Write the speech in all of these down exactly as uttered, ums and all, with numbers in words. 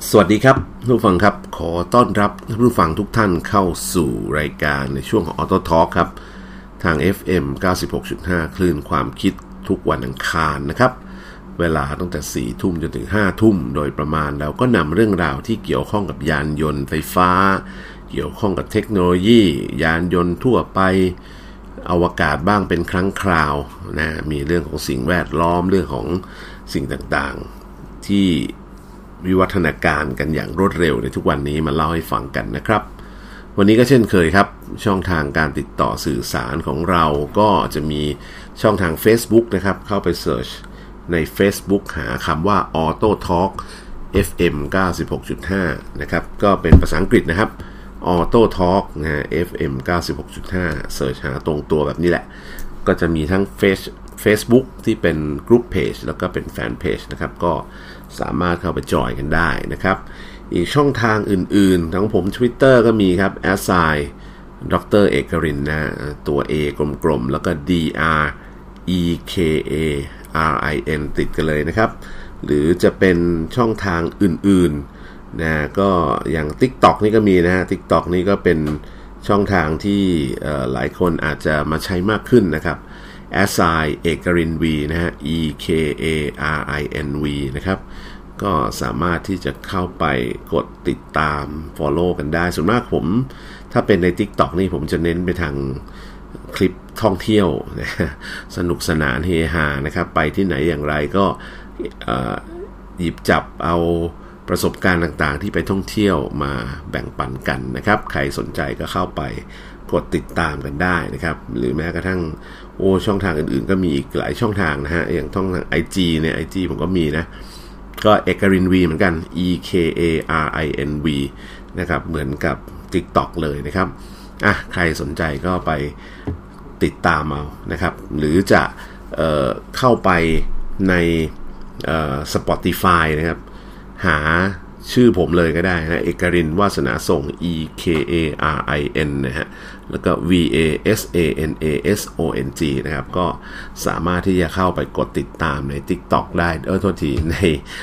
สวัสดีครับผู้ฟังครับขอต้อนรับผู้ฟังทุกท่านเข้าสู่รายการในช่วงของ Auto Talk ครับทาง เอฟ เอ็ม เก้าสิบหกจุดห้า คลื่นความคิดทุกวันอังคารนะครับเวลาตั้งแต่ สี่ทุ่มจนถึง ห้าทุ่มโดยประมาณแล้วก็นำเรื่องราวที่เกี่ยวข้องกับยานยนต์ไฟฟ้าเกี่ยวข้องกับเทคโนโลยียานยนต์ทั่วไปอวกาศบ้างเป็นครั้งคราวนะมีเรื่องของสิ่งแวดล้อมเรื่องของสิ่งต่างๆที่วิวัฒนาการกันอย่างรวดเร็วในทุกวันนี้มาเล่าให้ฟังกันนะครับวันนี้ก็เช่นเคยครับช่องทางการติดต่อสื่อสารของเราก็จะมีช่องทาง Facebook นะครับเข้าไปเสิร์ชใน Facebook หาคำว่า Auto Talk เอฟ เอ็ม เก้าสิบหกจุดห้า นะครับก็เป็นภาษาอังกฤษนะครับ Auto Talk นะ เอฟ เอ็ม เก้าสิบหกจุดห้า เสิร์ชหาตรงตัวแบบนี้แหละก็จะมีทั้ง Face Facebook ที่เป็น Group Page แล้วก็เป็น Fan Page นะครับก็สามารถเข้าไปจอยกันได้นะครับอีกช่องทางอื่นๆทั้งผม Twitter ก็มีครับ แอท ไซน์ ดร เอกรินทร์นะตัว A กลมๆแล้วก็ D R E K A R I N ติดกันเลยนะครับหรือจะเป็นช่องทางอื่นๆนะก็อย่าง TikTok นี่ก็มีนะฮะ TikTok นี่ก็เป็นช่องทางที่หลายคนอาจจะมาใช้มากขึ้นนะครับแอท ไซน์ เอกรินทร์ V นะฮะ E K A R I N V นะครับก็สามารถที่จะเข้าไปกดติดตาม follow กันได้ส่วนมากผมถ้าเป็นใน TikTok นี่ผมจะเน้นไปทางคลิปท่องเที่ยวนะสนุกสนานเฮฮานะครับไปที่ไหนอย่างไรก็หยิบจับเอาประสบการณ์ต่างๆที่ไปท่องเที่ยวมาแบ่งปันกันนะครับใครสนใจก็เข้าไปกดติดตามกันได้นะครับหรือแม้กระทั่งโอ้ช่องทางอื่นๆก็มีอีกหลายช่องทางนะฮะอย่างช่องทาง ไอ จี เนี่ย ไอ จี ผมก็มีนะก็เอกริน V เหมือนกัน E K A R I N V นะครับเหมือนกับ TikTok เลยนะครับอ่ะใครสนใจก็ไปติดตามเอานะครับหรือจะเอ่อเข้าไปในเอ่อ Spotify นะครับหาชื่อผมเลยก็ได้นะเอกรินวาสนาส่ง E K A R I N นะฮะแล้วก็ V A S A N A S O N G นะครับก็สามารถที่จะเข้าไปกดติดตามใน TikTok ได้เออโทษทีใน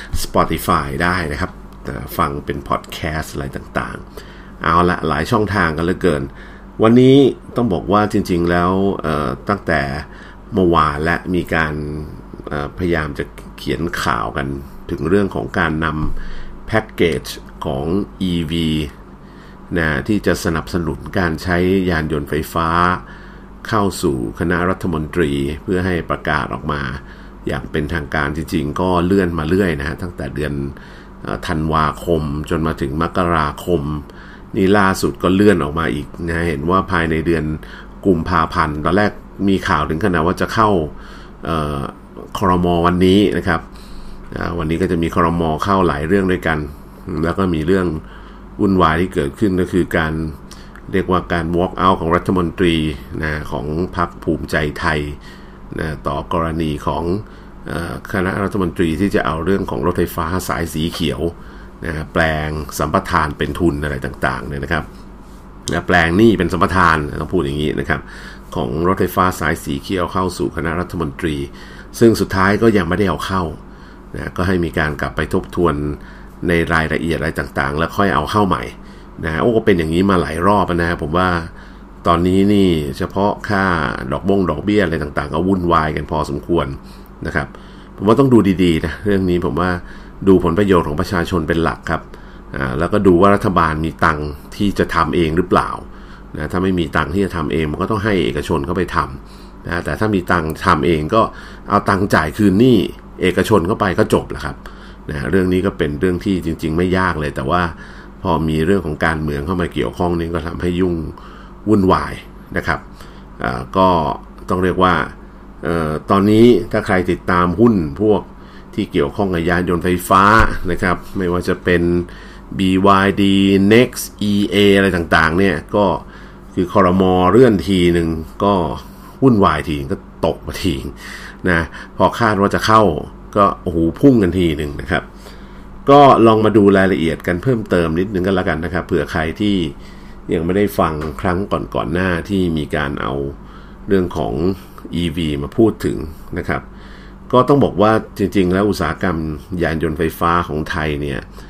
Spotify ได้นะครับฟังเป็นพอดแคสต์อะไรต่างๆเอาละหลายช่องทางกันเหลือเกินวันนี้ต้องบอกว่าจริงๆแล้วตั้งแต่เมื่อวานและมีการพยายามจะเขียนข่าวกันถึงเรื่องของการนำแพ็กเกจของ อี วี นะที่จะสนับสนุนการใช้ยานยนต์ไฟฟ้าเข้าสู่คณะรัฐมนตรีเพื่อให้ประกาศออกมาอย่างเป็นทางการจริงๆก็เลื่อนมาเรื่อยนะฮะตั้งแต่เดือนธันวาคมจนมาถึงมกราคมนี่ล่าสุดก็เลื่อนออกมาอีกนะเห็นว่าภายในเดือนกุมภาพันธ์ตอนแรกมีข่าวถึงขนาดว่าจะเข้าครม.วันนี้นะครับวันนี้ก็จะมีครม.เข้าหลายเรื่องด้วยกันแล้วก็มีเรื่องวุ่นวายที่เกิดขึ้นก็คือการเรียกว่าการ walk out ของรัฐมนตรีนะของพรรคภูมิใจไทยนะต่อกรณีของเอ่อคณะรัฐมนตรีที่จะเอาเรื่องของรถไฟฟ้าสายสีเขียวนะแปลงสัมปทานเป็นทุนอะไรต่างๆเนี่ยนะครับนะแปลงหนี้เป็นสัมปทานต้องพูดอย่างนี้นะครับของรถไฟฟ้าสายสีเขียวเข้าสู่คณะรัฐมนตรีซึ่งสุดท้ายก็ยังไม่ได้เอาเข้านะก็ให้มีการกลับไปทบทวนในรายละเอียดอะไรต่างๆแล้วค่อยเอาเข้าใหม่นะโอ้ก็เป็นอย่างนี้มาหลายรอบนะผมว่าตอนนี้นี่เฉพาะค่าดอกบงดอกเบี้ยอะไรต่างๆก็วุ่นวายกันพอสมควรนะครับผมว่าต้องดูดีๆนะเรื่องนี้ผมว่าดูผลประโยชน์ของประชาชนเป็นหลักครับอ่าแล้วก็ดูว่ารัฐบาลมีตังค์ที่จะทำเองหรือเปล่านะถ้าไม่มีตังค์ที่จะทำเองมันก็ต้องให้เอกชนเข้าไปทำนะแต่ถ้ามีตังค์ทำเองก็เอาตังค์จ่ายคืนหนี้เอกชนเข้าไปก็จบแล้วครับนะเรื่องนี้ก็เป็นเรื่องที่จริงๆไม่ยากเลยแต่ว่าพอมีเรื่องของการเมืองเข้ามาเกี่ยวข้องนี่ก็ทำให้ยุ่งวุ่นวายนะครับอ่าก็ต้องเรียกว่าเอ่อตอนนี้ถ้าใครติดตามหุ้นพวกที่เกี่ยวข้องกับยานยนต์ไฟฟ้านะครับไม่ว่าจะเป็น บี วาย ดี Next อี เอ อะไรต่างๆเนี่ยก็คือครม.เลื่อนทีหนึ่งก็วุ่นวายทีก็ตกมาทีนะพอคาดว่าจะเข้าก็โอ้โหพุ่งกันทีหนึ่งนะครับก็ลองมาดูรายละเอียดกันเพิ่มเติมนิดนึงกันแล้วกันนะครับเผื่อใครที่ยังไม่ได้ฟังครั้งก่อนๆหน้าที่มีการเอาเรื่องของ อี วี มาพูดถึงนะครับก็ต้องบอกว่าจริงๆแล้วอุตสาหกรรมยานยนต์ไฟฟ้าของไทยเนี่ย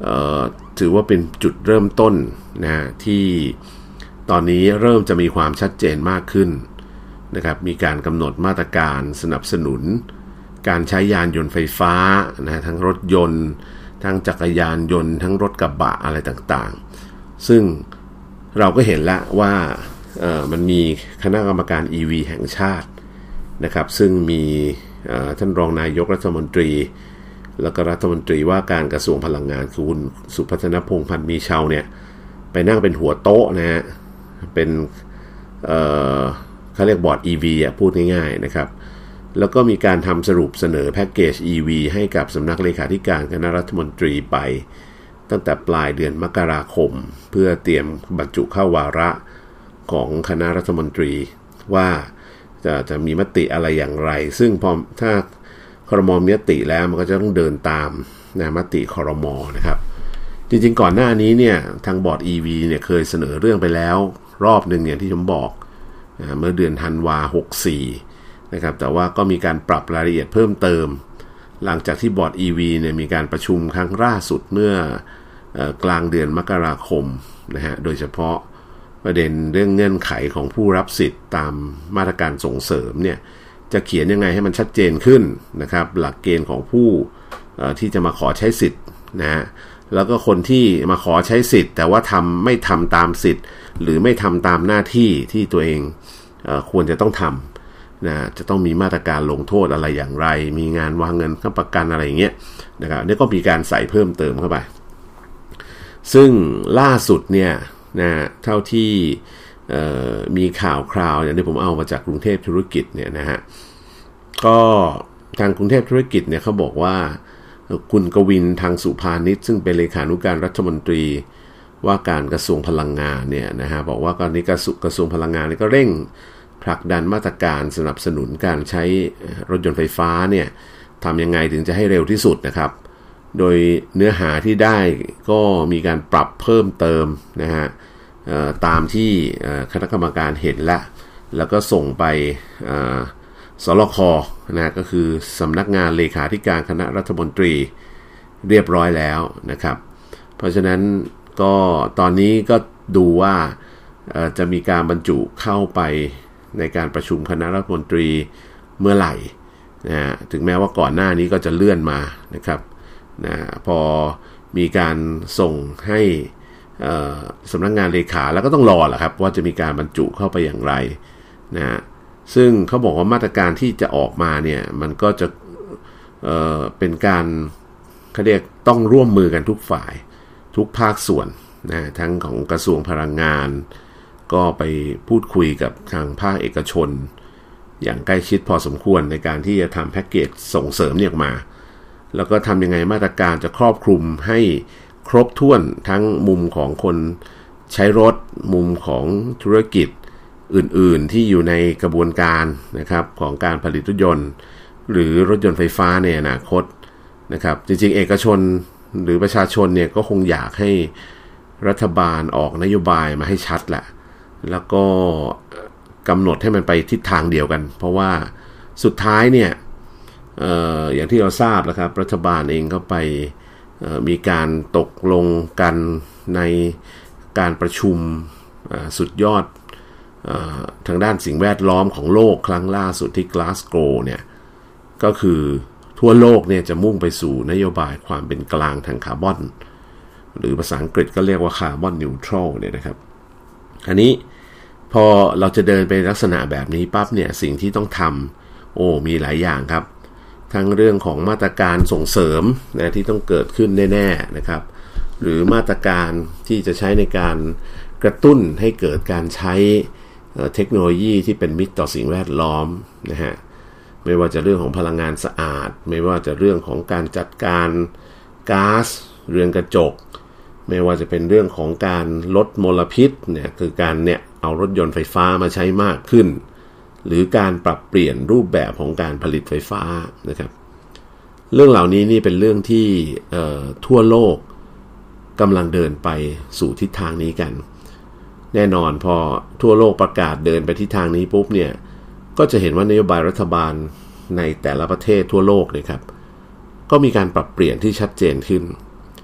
ถือว่าเป็นจุดเริ่มต้นนะที่ตอนนี้เริ่มจะมีความชัดเจนมากขึ้นนะครับมีการกำหนดมาตรการสนับสนุนการใช้ยานยนต์ไฟฟ้านะทั้งรถยนต์ทั้งจักรยานยนต์ทั้งรถกระบะอะไรต่างๆซึ่งเราก็เห็นแล้วว่าเอ่อมันมีคณะกรรมการ อี วี แห่งชาตินะครับซึ่งมีท่านรองนายกรัฐมนตรีแล้วก็รัฐมนตรีว่าการกระทรวงพลังงานคุณสุพัฒนพงษ์พันธ์มีเชาเนี่ยไปนั่งเป็นหัวโต๊ะนะฮะเป็นเอ่อเขาเรียกบอร์ด อี วี อ่ะพูดง่ายๆนะครับแล้วก็มีการทำสรุปเสนอแพ็กเกจ อี วี ให้กับสำนักเลขาธิการคณะรัฐมนตรีไปตั้งแต่ปลายเดือนมกราคมเพื่อเตรียมบรรจุเข้าวาระของคณะรัฐมนตรีว่าจะจะมีมติอะไรอย่างไรซึ่งพอถ้าครม.มีมติแล้วมันก็จะต้องเดินตามนะมติครม.นะครับจริงๆก่อนหน้านี้เนี่ยทางบอร์ด อี วี เนี่ยเคยเสนอเรื่องไปแล้วรอบหนึ่งเนี่ยที่ผมบอกนะเมื่อเดือนธันวาหกสี่นะครับแต่ว่าก็มีการปรับรายละเอียดเพิ่มเติมหลังจากที่บอร์ด อี วี เนี่ยมีการประชุมครั้งล่าสุดเมื่อกลางเดือนมกราคมนะฮะโดยเฉพาะประเด็นเรื่องเงื่อนไขของผู้รับสิทธิ์ตามมาตรการส่งเสริมเนี่ยจะเขียนยังไงให้มันชัดเจนขึ้นนะครับหลักเกณฑ์ของผู้ที่จะมาขอใช้สิทธิ์นะฮะแล้วก็คนที่มาขอใช้สิทธิ์แต่ว่าทำไม่ทำตามสิทธิ์หรือไม่ทำตามหน้าที่ที่ตัวเองเอ่อควรจะต้องทำนะจะต้องมีมาตรการลงโทษอะไรอย่างไรมีงานวางเงินค้ำประกันอะไรอย่างเงี้ยนะครับนี่ก็มีการใส่เพิ่มเติมเข้าไปซึ่งล่าสุดเนี่ยนะเท่าที่มีข่าวคราวอย่างที่ผมเอามาจากกรุงเทพธุรกิจเนี่ยนะฮะก็ทางกรุงเทพธุรกิจเนี่ยเขาบอกว่าคุณกวินทางสุภานิชซึ่งเป็นเลขานุการรัฐมนตรีว่าการกระทรวงพลังงานเนี่ยนะฮะบอกว่าตอนนี้กระทรวงกระทรวงพลังงานก็เร่งผลักดันมาตรการสนับสนุนการใช้รถยนต์ไฟฟ้าเนี่ยทำยังไงถึงจะให้เร็วที่สุดนะครับโดยเนื้อหาที่ได้ก็มีการปรับเพิ่มเติมนะฮะตามที่คณะกรรมการเห็นละแล้วก็ส่งไปสลค.นะก็คือสำนักงานเลขาธิการคณะรัฐมนตรีเรียบร้อยแล้วนะครับเพราะฉะนั้นก็ตอนนี้ก็ดูว่าจะมีการบรรจุเข้าไปในการประชุมคณะรัฐมนตรีเมื่อไหร่นะฮะถึงแม้ว่าก่อนหน้านี้ก็จะเลื่อนมานะครับนะพอมีการส่งให้สำนักงานเลขาแล้วก็ต้องรอแหละครับว่าจะมีการบรรจุเข้าไปอย่างไรนะซึ่งเขาบอกว่ามาตรการที่จะออกมาเนี่ยมันก็จะเอ่อเป็นการเขาเรียกต้องร่วมมือกันทุกฝ่ายทุกภาคส่วนนะทั้งของกระทรวงพลังงานก็ไปพูดคุยกับทางภาคเอกชนอย่างใกล้ชิดพอสมควรในการที่จะทำแพ็กเกจส่งเสริมเนี่ยมาแล้วก็ทำยังไงมาตรการจะครอบคลุมให้ครบถ้วนทั้งมุมของคนใช้รถมุมของธุรกิจอื่นๆที่อยู่ในกระบวนการนะครับของการผลิตรถยนต์หรือรถยนต์ไฟฟ้าในอนาคตนะครับจริงๆเอกชนหรือประชาชนเนี่ยก็คงอยากให้รัฐบาลออกนโยบายมาให้ชัดแหละแล้วก็กำหนดให้มันไปทิศทางเดียวกันเพราะว่าสุดท้ายเนี่ย เอ่อ อย่างที่เราทราบแล้วครับรัฐบาลเองก็ไปมีการตกลงกันในการประชุมสุดยอดทางด้านสิ่งแวดล้อมของโลกครั้งล่าสุดที่กลาสโกว์เนี่ยก็คือทั่วโลกเนี่ยจะมุ่งไปสู่นโยบายความเป็นกลางทางคาร์บอนหรือภาษาอังกฤษก็เรียกว่าคาร์บอนนิวทรัลเนี่ยนะครับอันนี้พอเราจะเดินไปลักษณะแบบนี้ปั๊บเนี่ยสิ่งที่ต้องทำโอ้มีหลายอย่างครับทั้งเรื่องของมาตรการส่งเสริมนะที่ต้องเกิดขึ้นแน่ๆนะครับหรือมาตรการที่จะใช้ในการกระตุ้นให้เกิดการใช้เทคโนโลยีที่เป็นมิตรต่อสิ่งแวดล้อมนะฮะไม่ว่าจะเรื่องของพลังงานสะอาดไม่ว่าจะเรื่องของการจัดการก๊าซเรือนกระจกไม่ว่าจะเป็นเรื่องของการลดมลพิษเนี่ยคือการเนี่ยเอารถยนต์ไฟฟ้ามาใช้มากขึ้นหรือการปรับเปลี่ยนรูปแบบของการผลิตไฟฟ้านะครับเรื่องเหล่านี้นี่เป็นเรื่องที่ทั่วโลกกำลังเดินไปสู่ทิศทางนี้กันแน่นอนพอทั่วโลกประกาศเดินไปทิศทางนี้ปุ๊บเนี่ยก็จะเห็นว่านโยบายรัฐบาลในแต่ละประเทศทั่วโลกเนี่ยครับก็มีการปรับเปลี่ยนที่ชัดเจนขึ้น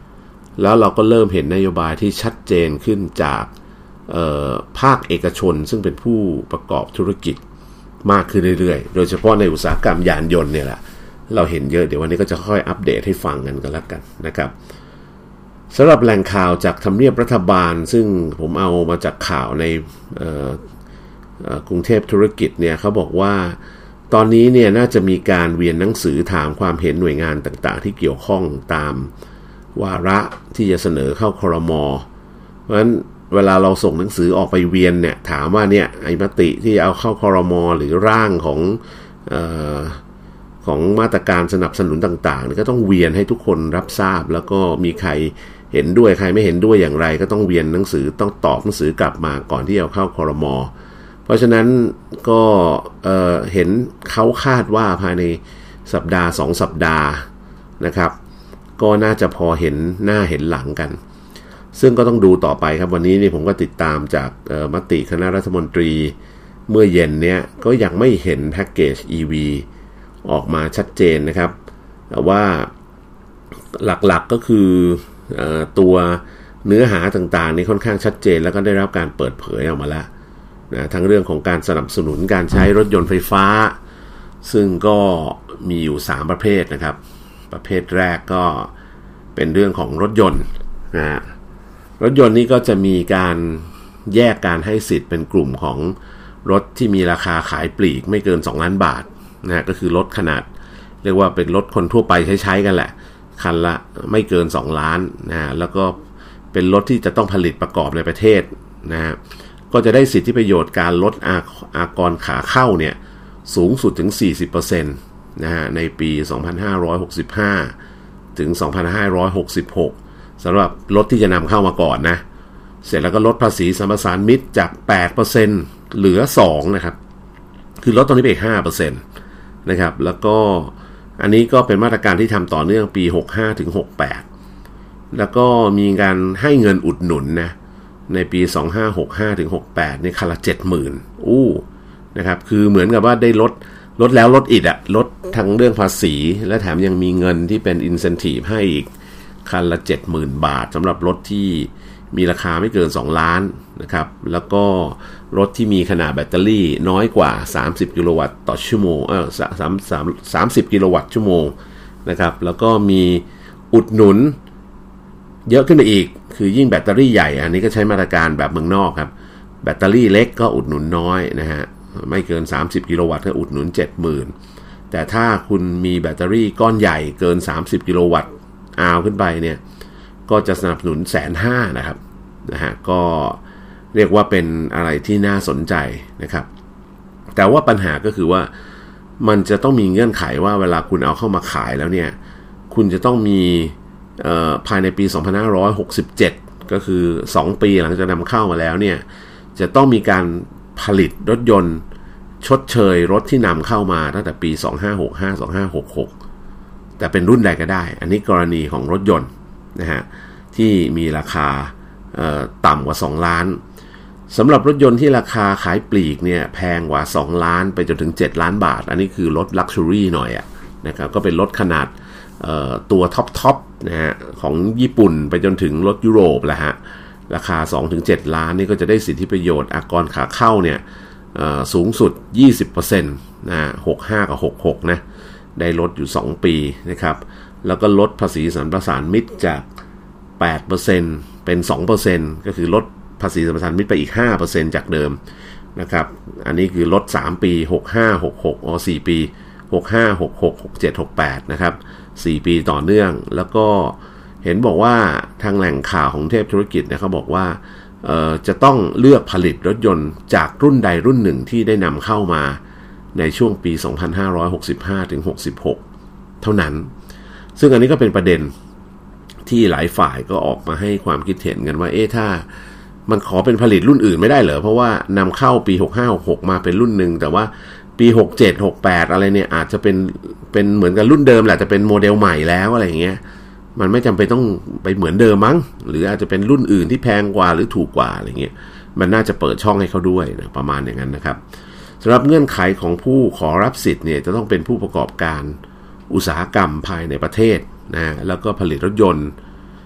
แล้วเราก็เริ่มเห็นนโยบายที่ชัดเจนขึ้นจากภาคเอกชนซึ่งเป็นผู้ประกอบธุรกิจมากขึ้นเรื่อยๆโดยเฉพาะในอุตสาหกรรมยานยนต์เนี่ยแหละเราเห็นเยอะเดี๋ยววันนี้ก็จะค่อยอัปเดตให้ฟังกันกันแล้วกันนะครับสำหรับแหล่งข่าวจากทำเนียบรัฐบาลซึ่งผมเอามาจากข่าวในกรุงเทพธุรกิจเนี่ยเขาบอกว่าตอนนี้เนี่ยน่าจะมีการเวียนหนังสือถามความเห็นหน่วยงานต่างๆที่เกี่ยวข้องตามวาระที่จะเสนอเข้าครม.เพราะฉะนั้นเวลาเราส่งหนังสือออกไปเวียนเนี่ยถามว่าเนี่ยไอ้มติที่เอาเข้าครม.หรือร่างของเอ่อของมาตรการสนับสนุนต่างๆก็ต้องเวียนให้ทุกคนรับทราบแล้วก็มีใครเห็นด้วยใครไม่เห็นด้วยอย่างไรก็ต้องเวียนหนังสือต้องตอบหนังสือกลับมาก่อนที่จะเข้าครม.เพราะฉะนั้นก็เอ่อเห็นเขาคาดว่าภายในสัปดาห์สองสัปดาห์นะครับก็น่าจะพอเห็นหน้าเห็นหลังกันซึ่งก็ต้องดูต่อไปครับวันนี้นี่ผมก็ติดตามจากมติคณะรัฐมนตรีเมื่อเย็นเนี้ยก็ยังไม่เห็นแพ็กเกจ อี วี ออกมาชัดเจนนะครับแต่ว่าหลักๆ ก, ก็คือตัวเนื้อหาต่างๆนี่ค่อนข้างชัดเจนแล้วก็ได้รับการเปิดเผยออกมาแล้วนะทั้งเรื่องของการสนับสนุนการใช้รถยนต์ไฟฟ้าซึ่งก็มีอยู่สามประเภทนะครับประเภทแรกก็เป็นเรื่องของรถยนต์นะรถยนต์นี่ก็จะมีการแยกการให้สิทธิ์เป็นกลุ่มของรถที่มีราคาขายปลีกไม่เกินสองล้านบาทนะก็คือรถขนาดเรียกว่าเป็นรถคนทั่วไปใช้ๆกันแหละคันละไม่เกินสองล้านนะแล้วก็เป็นรถที่จะต้องผลิตประกอบในประเทศนะก็จะได้สิทธิประโยชน์การลดอากรขาเข้าเนี่ยสูงสุดถึง สี่สิบเปอร์เซ็นต์ นะฮะในปีสองพันห้าร้อยหกสิบห้าถึงสองพันห้าร้อยหกสิบหกสำหรับรถที่จะนำเข้ามาก่อนนะเสร็จแล้วก็ลดภาษีสัมปทานมิตรจาก แปดเปอร์เซ็นต์ เหลือสองนะครับคือลดตรงนี้ไปอีก ห้าเปอร์เซ็นต์ นะครับแล้วก็อันนี้ก็เป็นมาตรการที่ทำต่อเนื่องปีหกสิบห้าถึงหกสิบแปดแล้วก็มีการให้เงินอุดหนุนนะในปีสองพันห้าร้อยหกสิบห้าถึงหกสิบแปดนี่คันละ เจ็ดหมื่น อู้นะครับคือเหมือนกับว่าได้ลดลดแล้วลดอีกอะลดทั้งเรื่องภาษีและแถมยังมีเงินที่เป็น incentive ให้อีกคันละ เจ็ดหมื่น บาทสำหรับรถที่มีราคาไม่เกินสองล้านนะครับแล้วก็รถที่มีขนาดแบตเตอรี่น้อยกว่าสามสิบกิโลวัตต์ต่อชั่วโมงเออสามสิบกิโลวัตต์ชั่วโมงนะครับแล้วก็มีอุดหนุนเยอะขึ้นไปอีกคือยิ่งแบตเตอรี่ใหญ่อันนี้ก็ใช้มาตรการแบบเมืองนอกครับแบตเตอรี่เล็กก็อุดหนุนน้อยนะฮะไม่เกินสามสิบกิโลวัตต์ก็อุดหนุน เจ็ดหมื่น แต่ถ้าคุณมีแบตเตอรี่ก้อนใหญ่เกินสามสิบกิโลวัตต์อาวขึ้นไปเนี่ยก็จะสนับสนุน หนึ่งแสนห้าหมื่น นะครับนะฮะก็เรียกว่าเป็นอะไรที่น่าสนใจนะครับแต่ว่าปัญหาก็คือว่ามันจะต้องมีเงื่อนไขว่าเวลาคุณเอาเข้ามาขายแล้วเนี่ยคุณจะต้องมีภายในปีสองพันห้าร้อยหกสิบเจ็ดก็คือสองปีหลังจากนำเข้ามาแล้วเนี่ยจะต้องมีการผลิตรถยนต์ชดเชยรถที่นำเข้ามาตั้งแต่ปีสองพันห้าร้อยหกสิบห้า สองพันห้าร้อยหกสิบหกแต่เป็นรุ่นใดก็ได้อันนี้กรณีของรถยนต์นะฮะที่มีราคาต่ำกว่าสองล้านสำหรับรถยนต์ที่ราคาขายปลีกเนี่ยแพงกว่าสองล้านไปจนถึงเจ็ดล้านบาทอันนี้คือรถลักชัวรี่หน่อยอ่ะนะครับก็เป็นรถขนาดตัวท็อปท็อปนะฮะของญี่ปุ่นไปจนถึงรถยุโรปแหละฮะราคา สองถึงเจ็ด ล้านนี่ก็จะได้สิทธิประโยชน์อากรขาเข้าเนี่ยสูงสุด ยี่สิบเปอร์เซ็นต์ นะหกสิบห้ากับหกสิบหกนะได้ลดอยู่สองปีนะครับแล้วก็ลดภาษีสรรพสานมิตรจาก แปดเปอร์เซ็นต์ เป็น สองเปอร์เซ็นต์ ก็คือลดภาษีสรรพสานมิตรไปอีก ห้าเปอร์เซ็นต์ จากเดิมนะครับอันนี้คือลดสามปีหกสิบห้า หกสิบหกอ๋อสี่ปีหกสิบห้า หกสิบหก หกสิบเจ็ด หกสิบแปดนะครับสี่ปีต่อเนื่องแล้วก็เห็นบอกว่าทางแหล่งข่าวของเทพธุรกิจเนี่ยเขาบอกว่าเอ่อจะต้องเลือกผลิตรถยนต์จากรุ่นใดรุ่นหนึ่งที่ได้นำเข้ามาในช่วงปีสองพันห้าร้อยหกสิบห้าถึงหกสิบหกเท่านั้นซึ่งอันนี้ก็เป็นประเด็นที่หลายฝ่ายก็ออกมาให้ความคิดเห็นกันว่าเอ๊ะถ้ามันขอเป็นผลิตรุ่นอื่นไม่ได้เหรอเพราะว่านำเข้าปีหกสิบห้า หกสิบหกมาเป็นรุ่นนึงแต่ว่าปีหกสิบเจ็ด หกสิบแปดอะไรเนี่ยอาจจะเป็นเป็นเหมือนกับรุ่นเดิมแหละแต่เป็นโมเดลใหม่แล้วอะไรอย่างเงี้ยมันไม่จำเป็นต้องไปเหมือนเดิมมั้งหรืออาจจะเป็นรุ่นอื่นที่แพงกว่าหรือถูกกว่าอะไรเงี้ยมันน่าจะเปิดช่องให้เขาด้วยนะประมาณอย่างนั้นนะครับสำหรับเงื่อนไขของผู้ขอรับสิทธิ์เนี่ยจะต้องเป็นผู้ประกอบการอุตสาหกรรมภายในประเทศนะแล้วก็ผลิตรถยนต์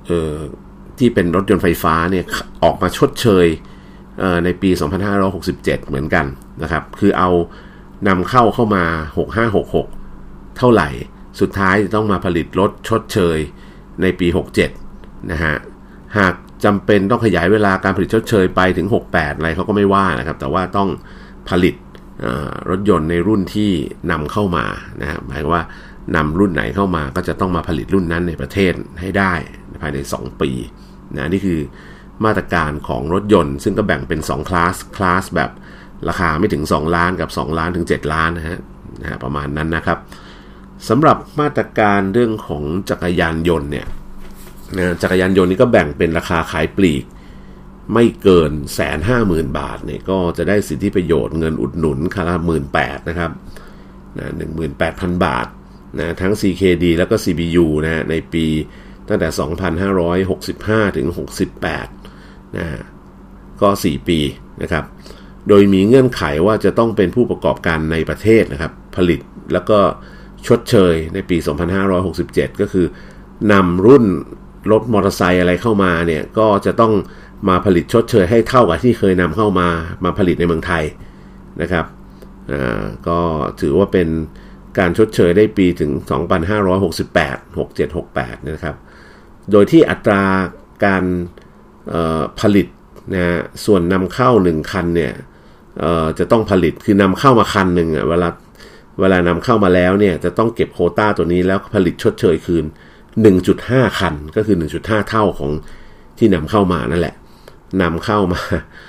เอ่อที่เป็นรถยนต์ไฟฟ้าเนี่ยออกมาชดเชยในปีสองพันห้าร้อยหกสิบเจ็ดเหมือนกันนะครับคือเอานำเข้าเข้ามาหกพันห้าร้อยหกสิบหกเท่าไหร่สุดท้ายต้องมาผลิตรถชดเชยในปีหกสิบเจ็ดนะฮะหากจำเป็นต้องขยายเวลาการผลิตชดเชยไปถึงหกสิบแปดอะไรเขาก็ไม่ว่านะครับแต่ว่าต้องผลิตรถยนต์ในรุ่นที่นำเข้ามานะหมายว่านำรุ่นไหนเข้ามาก็จะต้องมาผลิตรุ่นนั้นในประเทศให้ได้ภายในสองปีนะนี่คือมาตรการของรถยนต์ซึ่งก็แบ่งเป็นสองคลาสคลาสแบบราคาไม่ถึงสองล้านกับสองล้านถึงเจ็ดล้านนะฮะนะฮะประมาณนั้นนะครับสำหรับมาตรการเรื่องของจักรยานยนต์เนี่ยนะจักรยานยนต์นี่ก็แบ่งเป็นราคาขายปลีกไม่เกิน หนึ่งแสนห้าหมื่น บาทเนี่ยก็จะได้สิทธิประโยชน์เงินอุดหนุนคันละ หนึ่งหมื่นแปดพัน นะครับนะ หนึ่งหมื่นแปดพัน บาทนะทั้ง ซี เค ดี แล้วก็ ซี บี ยู นะในปีตั้งแต่สองพันห้าร้อยหกสิบห้าถึงหกสิบแปดนะก็สี่ปีนะครับโดยมีเงื่อนไขว่าจะต้องเป็นผู้ประกอบการในประเทศนะครับผลิตแล้วก็ชดเชยในปีสองพันห้าร้อยหกสิบเจ็ดก็คือนำรุ่นรถมอเตอร์ไซค์อะไรเข้ามาเนี่ยก็จะต้องมาผลิตชดเชยให้เท่ากับที่เคยนำเข้ามามาผลิตในเมืองไทยนะครับอ่าก็ถือว่าเป็นการชดเชยได้ปีถึงสองพันห้าร้อยหกสิบแปด หกสิบเจ็ด หกสิบแปดนะครับโดยที่อัตราการผลิตนะส่วนนำเข้าหนึ่งคันเนี่ยจะต้องผลิตคือนำเข้ามาคันหนึ่งอ่ะเวลาเวลานำเข้ามาแล้วเนี่ยจะต้องเก็บโควต้าตัวนี้แล้วผลิตชดเชยคืน หนึ่งจุดห้า คันก็คือ หนึ่งจุดห้า เท่าของที่นำเข้ามานั่นแหละนำเข้ามา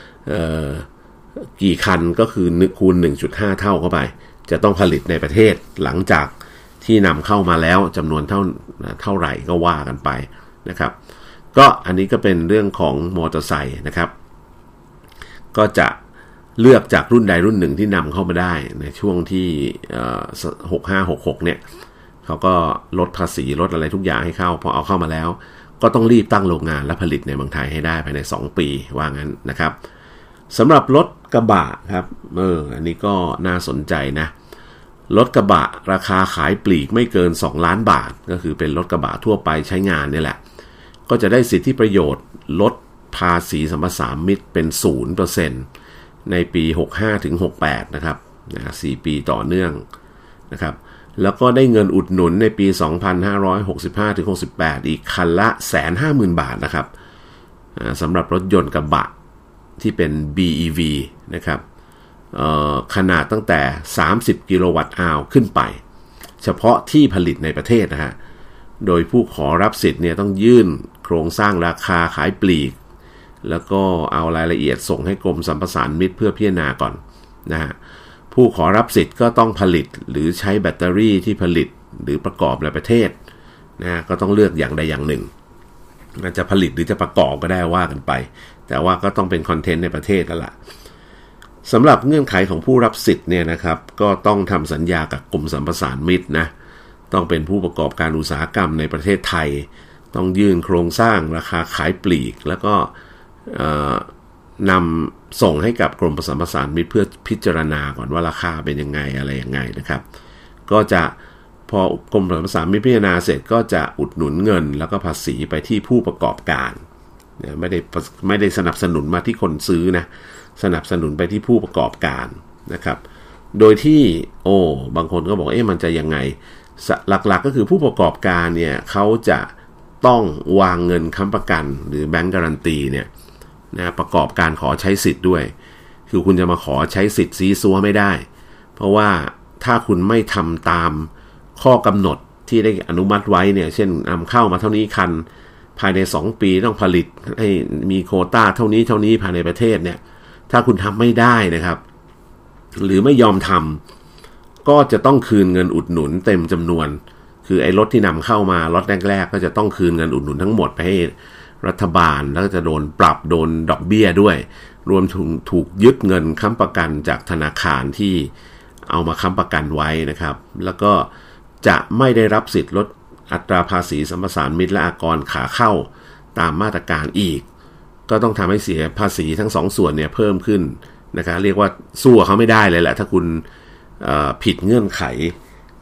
กี่คันก็คือคูณ หนึ่งจุดห้า เท่าเข้าไปจะต้องผลิตในประเทศหลังจากที่นำเข้ามาแล้วจำนวนเท่าเท่าไหร่ก็ว่ากันไปนะครับก็อันนี้ก็เป็นเรื่องของมอเตอร์ไซค์นะครับก็จะเลือกจากรุ่นใดรุ่นหนึ่งที่นำเข้ามาได้ในช่วงที่หกพันห้าร้อยหกสิบหกเนี่ยเขาก็ลดภาษีลดอะไรทุกอย่างให้เข้าพอเอาเข้ามาแล้วก็ต้องรีบตั้งโรงงานและผลิตในเมืองไทยให้ได้ภายในสองปีว่างั้นนะครับสำหรับรถกระบะครับเอออันนี้ก็น่าสนใจนะรถกระบะราคาขายปลีกไม่เกินสองล้านบาทก็คือเป็นรถกระบะทั่วไปใช้งานนี่แหละก็จะได้สิทธิประโยชน์ลดภาษีสัมปทานมิตรเป็น ศูนย์เปอร์เซ็นต์ ในปีหกสิบห้าถึงหกสิบแปดนะครับนะสี่ปีต่อเนื่องนะครับแล้วก็ได้เงินอุดหนุนในปีสองพันห้าร้อยหกสิบห้าถึงหกสิบแปดอีกคันละ หนึ่งแสนห้าหมื่น บาทนะครับสำหรับรถยนต์กระบะที่เป็น บี อี วี นะครับขนาดตั้งแต่สามสิบกิโลวัตต์อาวขึ้นไปเฉพาะที่ผลิตในประเทศนะฮะโดยผู้ขอรับสิทธิ์เนี่ยต้องยื่นโครงสร้างราคาขายปลีกแล้วก็เอารายละเอียดส่งให้กรมสรรพสานมิตรเพื่อพิจารณาก่อนนะฮะผู้ขอรับสิทธิ์ก็ต้องผลิตหรือใช้แบตเตอรี่ที่ผลิตหรือประกอบในประเทศนะก็ต้องเลือกอย่างใดอย่างหนึ่งจะผลิตหรือจะประกอบก็ได้ว่ากันไปแต่ว่าก็ต้องเป็นคอนเทนต์ในประเทศแล้วล่ะสำหรับเงื่อนไขของผู้รับสิทธิ์เนี่ยนะครับก็ต้องทำสัญญากับกรมสรรพสานมิตรนะต้องเป็นผู้ประกอบการอุตสาหกรรมในประเทศไทยต้องยื่นโครงสร้างราคาขายปลีกแล้วก็นำส่งให้กับกรมสรรพสานมิตรเพื่อพิจารณาก่อนว่าราคาเป็นยังไงอะไรยังไงนะครับก็จะพอกรมสรรพสานมิตรพิจารณาเสร็จก็จะอุดหนุนเงินแล้วก็ภาษีไปที่ผู้ประกอบการไม่ได้ไม่ได้สนับสนุนมาที่คนซื้อนะสนับสนุนไปที่ผู้ประกอบการนะครับโดยที่โอ้บางคนก็บอกเอ๊ะมันจะยังไงหลักๆ ก, ก็คือผู้ประกอบการเนี่ยเขาจะต้องวางเงินค้ำประกันหรือแบงก์การันตีเนี่ยนะประกอบการขอใช้สิทธิ์ด้วยคือคุณจะมาขอใช้สิทธิ์ซีซัวไม่ได้เพราะว่าถ้าคุณไม่ทำตามข้อกำหนดที่ได้อนุมัติไว้เนี่ยเช่นนำเข้ามาเท่านี้คันภายในสองปีต้องผลิตให้มีโควต้าเท่านี้เท่านี้ภายในประเทศเนี่ยถ้าคุณทำไม่ได้นะครับหรือไม่ยอมทำก็จะต้องคืนเงินอุดหนุนเต็มจำนวนคือไอ้รถที่นำเข้ามาล็อตแรกๆก็จะต้องคืนเงินอุดหนุนทั้งหมดไปให้รัฐบาลแล้วก็จะโดนปรับโดนดอกเบี้ยด้วยรวมถึงถูกยึดเงินค้ำประกันจากธนาคารที่เอามาค้ำประกันไว้นะครับแล้วก็จะไม่ได้รับสิทธิ์ลดอัตราภาษีสัมปทานมิตรและอากรขาเข้าตามมาตรการอีกก็ต้องทำให้เสียภาษีทั้งสองส่วนเนี่ยเพิ่มขึ้นนะครับเรียกว่าสู้เขาไม่ได้เลยแหละถ้าคุณผิดเงื่อนไข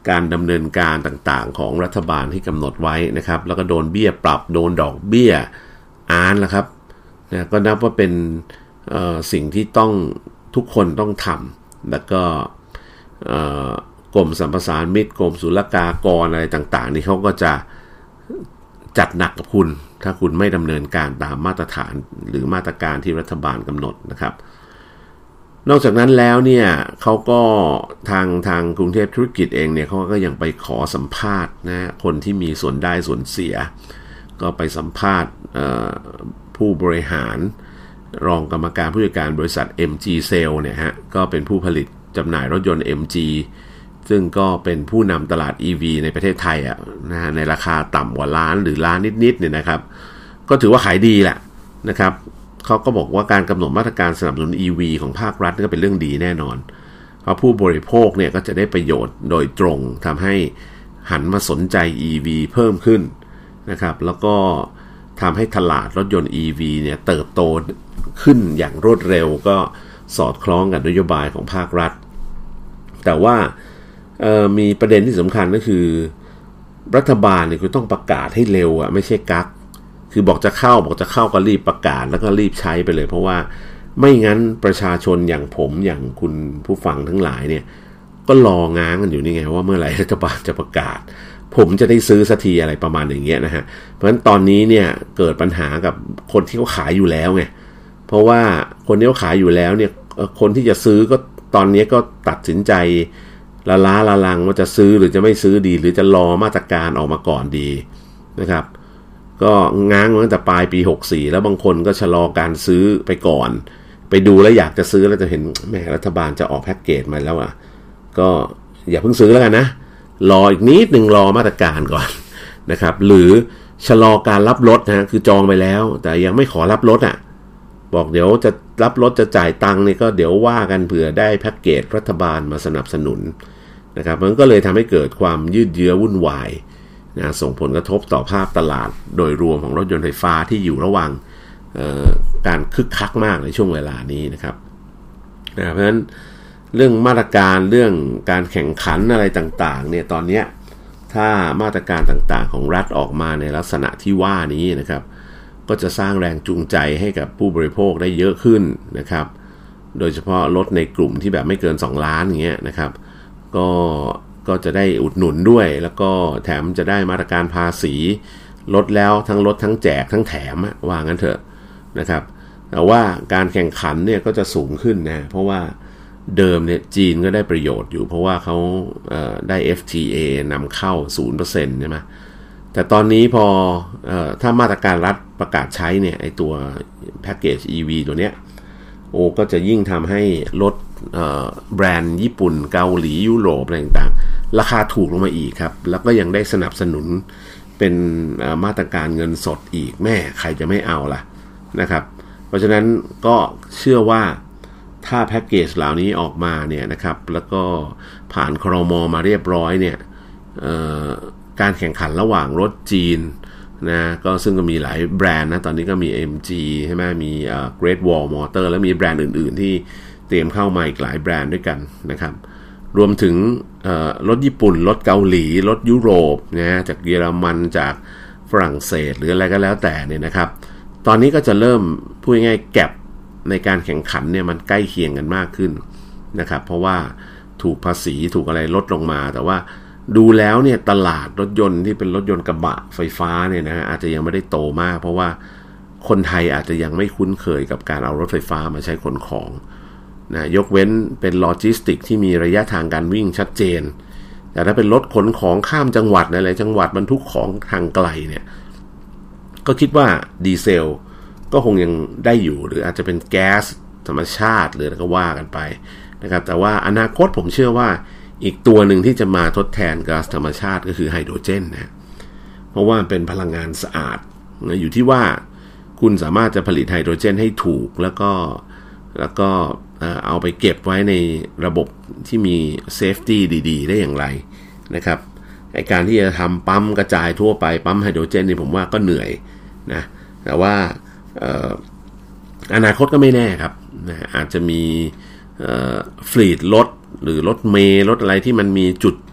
การดำเนินการต่างๆของรัฐบาลที่กำหนดไว้นะครับแล้วก็โดนเบี้ยปรับโดนดอกเบี้ยอ่านแล้วครับนะก็นับว่าเป็นสิ่งที่ต้องทุกคนต้องทำแล้วก็กรมสรรพสานมิตรกรมศุลกากรอะไรต่างๆนี่เขาก็จะจัดหนักกับคุณถ้าคุณไม่ดำเนินการตามมาตรฐานหรือมาตรการที่รัฐบาลกำหนดนะครับนอกจากนั้นแล้วเนี่ยเขาก็ทางทางกรุงเทพธุรกิจเองเนี่ยเขาก็ยังไปขอสัมภาษณ์นะคนที่มีส่วนได้ส่วนเสียก็ไปสัมภาษณ์ผู้บริหารรองกรรมการผู้จัดการบริษัท เอ็ม จี Cell เนี่ยฮะก็เป็นผู้ผลิตจำหน่ายรถยนต์ เอ็ม จี ซึ่งก็เป็นผู้นำตลาด อี วี ในประเทศไทยอ่ะนะฮะในราคาต่ำกว่าล้านหรือล้านนิดๆเนี่ยนะครับก็ถือว่าขายดีแหละนะครับเขาก็บอกว่าการกำหนดมาตรการสนับสนุน อี วี ของภาครัฐก็เป็นเรื่องดีแน่นอนเพราะผู้บริโภคเนี่ยก็จะได้ประโยชน์โดยตรงทำให้หันมาสนใจ อี วี เพิ่มขึ้นนะครับแล้วก็ทำให้ตลาดรถยนต์ อี วี เนี่ยเติบโตขึ้นอย่างรวดเร็วก็สอดคล้องกับนโยบายของภาครัฐแต่ว่ามีประเด็นที่สำคัญก็คือรัฐบาลเนี่ยคือต้องประกาศให้เร็วอ่ะไม่ใช่กักคือบอกจะเข้าบอกจะเข้าก็รีบประกาศแล้วก็รีบใช้ไปเลยเพราะว่าไม่งั้นประชาชนอย่างผมอย่างคุณผู้ฟังทั้งหลายเนี่ยก็รอง้างกันอยู่นี่ไงว่าเมื่อไหร่รัฐบาลจะประกาศผมจะได้ซื้อสักทีอะไรประมาณอย่างเงี้ยนะฮะเพราะฉะนั้นตอนนี้เนี่ยเกิดปัญหากับคนที่เขาขายอยู่แล้วไงเพราะว่าคนที่เขาขายอยู่แล้วเนี่ยคนที่จะซื้อก็ตอนนี้ก็ตัดสินใจละล้าละลังว่าจะซื้อหรือจะไม่ซื้อดีหรือจะรอมาตรการออกมาก่อนดีนะครับก็ง้างมาตั้งแต่ปลายปีหกสิบสี่แล้วบางคนก็ชะลอการซื้อไปก่อนไปดูแล้วอยากจะซื้อแล้วจะเห็นแม่รัฐบาลจะออกแพ็กเกจมาแล้วอ่ะก็อย่าเพิ่งซื้อแล้วกันนะรออีกนิดนึงรอมาตรการก่อนนะครับหรือชะลอการรับรถนะคือจองไปแล้วแต่ยังไม่ขอรับรถอ่ะบอกเดี๋ยวจะรับรถจะจ่ายตังค์นี่ก็เดี๋ยวว่ากันเผื่อได้แพ็กเกจรัฐบาลมาสนับสนุนนะครับมันก็เลยทำให้เกิดความยืดเยื้อวุ่นวายนะส่งผลกระทบต่อภาพตลาดโดยรวมของรถยนต์ไฟฟ้าที่อยู่ระหว่างการคึกคักมากในช่วงเวลานี้นะครับนะเพราะฉะนั้นเรื่องมาตรการเรื่องการแข่งขันอะไรต่างๆเนี่ยตอนนี้ถ้ามาตรการต่างๆของรัฐออกมาในลักษณะที่ว่านี้นะครับก็จะสร้างแรงจูงใจให้กับผู้บริโภคได้เยอะขึ้นนะครับโดยเฉพาะรถในกลุ่มที่แบบไม่เกินสองล้านอย่างเงี้ยนะครับก็ก็จะได้อุดหนุนด้วยแล้วก็แถมจะได้มาตรการภาษีลดแล้วทั้งลดทั้งแจกทั้งแถมว่างั้นเถอะนะครับแต่ว่าการแข่งขันเนี่ยก็จะสูงขึ้นนะเพราะว่าเดิมเนี่ยจีนก็ได้ประโยชน์อยู่เพราะว่าเขาเอ่อได้ เอฟ ที เอ นำเข้า ศูนย์เปอร์เซ็นต์ ใช่ไหมแต่ตอนนี้พอเอ่อถ้ามาตรการรัฐประกาศใช้เนี่ยไอตัวแพ็กเกจ อี วี ตัวเนี้ยโอ้ก็จะยิ่งทำให้ลดแบรนด์ญี่ปุ่นเกาหลียุโรปอะไรต่างๆราคาถูกลงมาอีกครับแล้วก็ยังได้สนับสนุนเป็นมาตรการเงินสดอีกแม่ใครจะไม่เอาล่ะนะครับเพราะฉะนั้นก็เชื่อว่าถ้าแพ็กเกจเหล่านี้ออกมาเนี่ยนะครับแล้วก็ผ่านครม.มาเรียบร้อยเนี่ยการแข่งขันระหว่างรถจีนนะก็ซึ่งก็มีหลายแบรนด์นะตอนนี้ก็มี เอ็ม จี ใช่ไหมมี Great Wall Motor แล้วมีแบรนด์อื่นๆที่เตรียมเข้ามาอีกหลายแบรนด์ด้วยกันนะครับรวมถึงรถญี่ปุ่นรถเกาหลีรถยุโรปนะจากเยอรมันจากฝรั่งเศสหรืออะไรก็แล้วแต่เนี่ยนะครับตอนนี้ก็จะเริ่มพูดง่ายๆแก็ปในการแข่งขันเนี่ยมันใกล้เคียงกันมากขึ้นนะครับเพราะว่าถูกภาษีถูกอะไรลดลงมาแต่ว่าดูแล้วเนี่ยตลาดรถยนต์ที่เป็นรถยนต์กระบะไฟฟ้าเนี่ยนะอาจจะยังไม่ได้โตมากเพราะว่าคนไทยอาจจะยังไม่คุ้นเคยกับการเอารถไฟฟ้ามาใช้ขนของนะยกเว้นเป็นโลจิสติกที่มีระยะทางการวิ่งชัดเจนแต่ถ้าเป็นรถขนของข้ามจังหวัดอะไรจังหวัดบรรทุกของทางไกลเนี่ยก็คิดว่าดีเซลก็คงยังได้อยู่หรืออาจจะเป็นแก๊สธรรมชาติหรืออะไรก็ว่ากันไปนะครับแต่ว่าอนาคตผมเชื่อว่าอีกตัวหนึ่งที่จะมาทดแทนก๊าซธรรมชาติก็คือไฮโดรเจนนะเพราะว่าเป็นพลังงานสะอาดนะอยู่ที่ว่าคุณสามารถจะผลิตไฮโดรเจนให้ถูกแล้วก็แล้วก็เอาไปเก็บไว้ในระบบที่มีเซฟตี้ดีๆได้อย่างไรนะครับในการที่จะทำปั๊มกระจายทั่วไปปั๊มไฮโดรเจนนี่ผมว่าก็เหนื่อยนะแต่ว่าอนาคตก็ไม่แน่ครับนะอาจจะมีฟลีตรถหรือรถเมล์รถอะไรที่มันมีจุด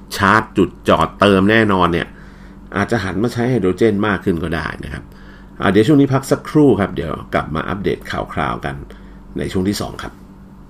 ชาร์จจุดจอดเติมแน่นอนเนี่ยอาจจะหันมาใช้ไฮโดรเจนมากขึ้นก็ได้นะครับเดี๋ยวช่วงนี้พักสักครู่ครับเดี๋ยวกลับมาอัปเดตข่าวคราวกันในช่วงที่สองครับ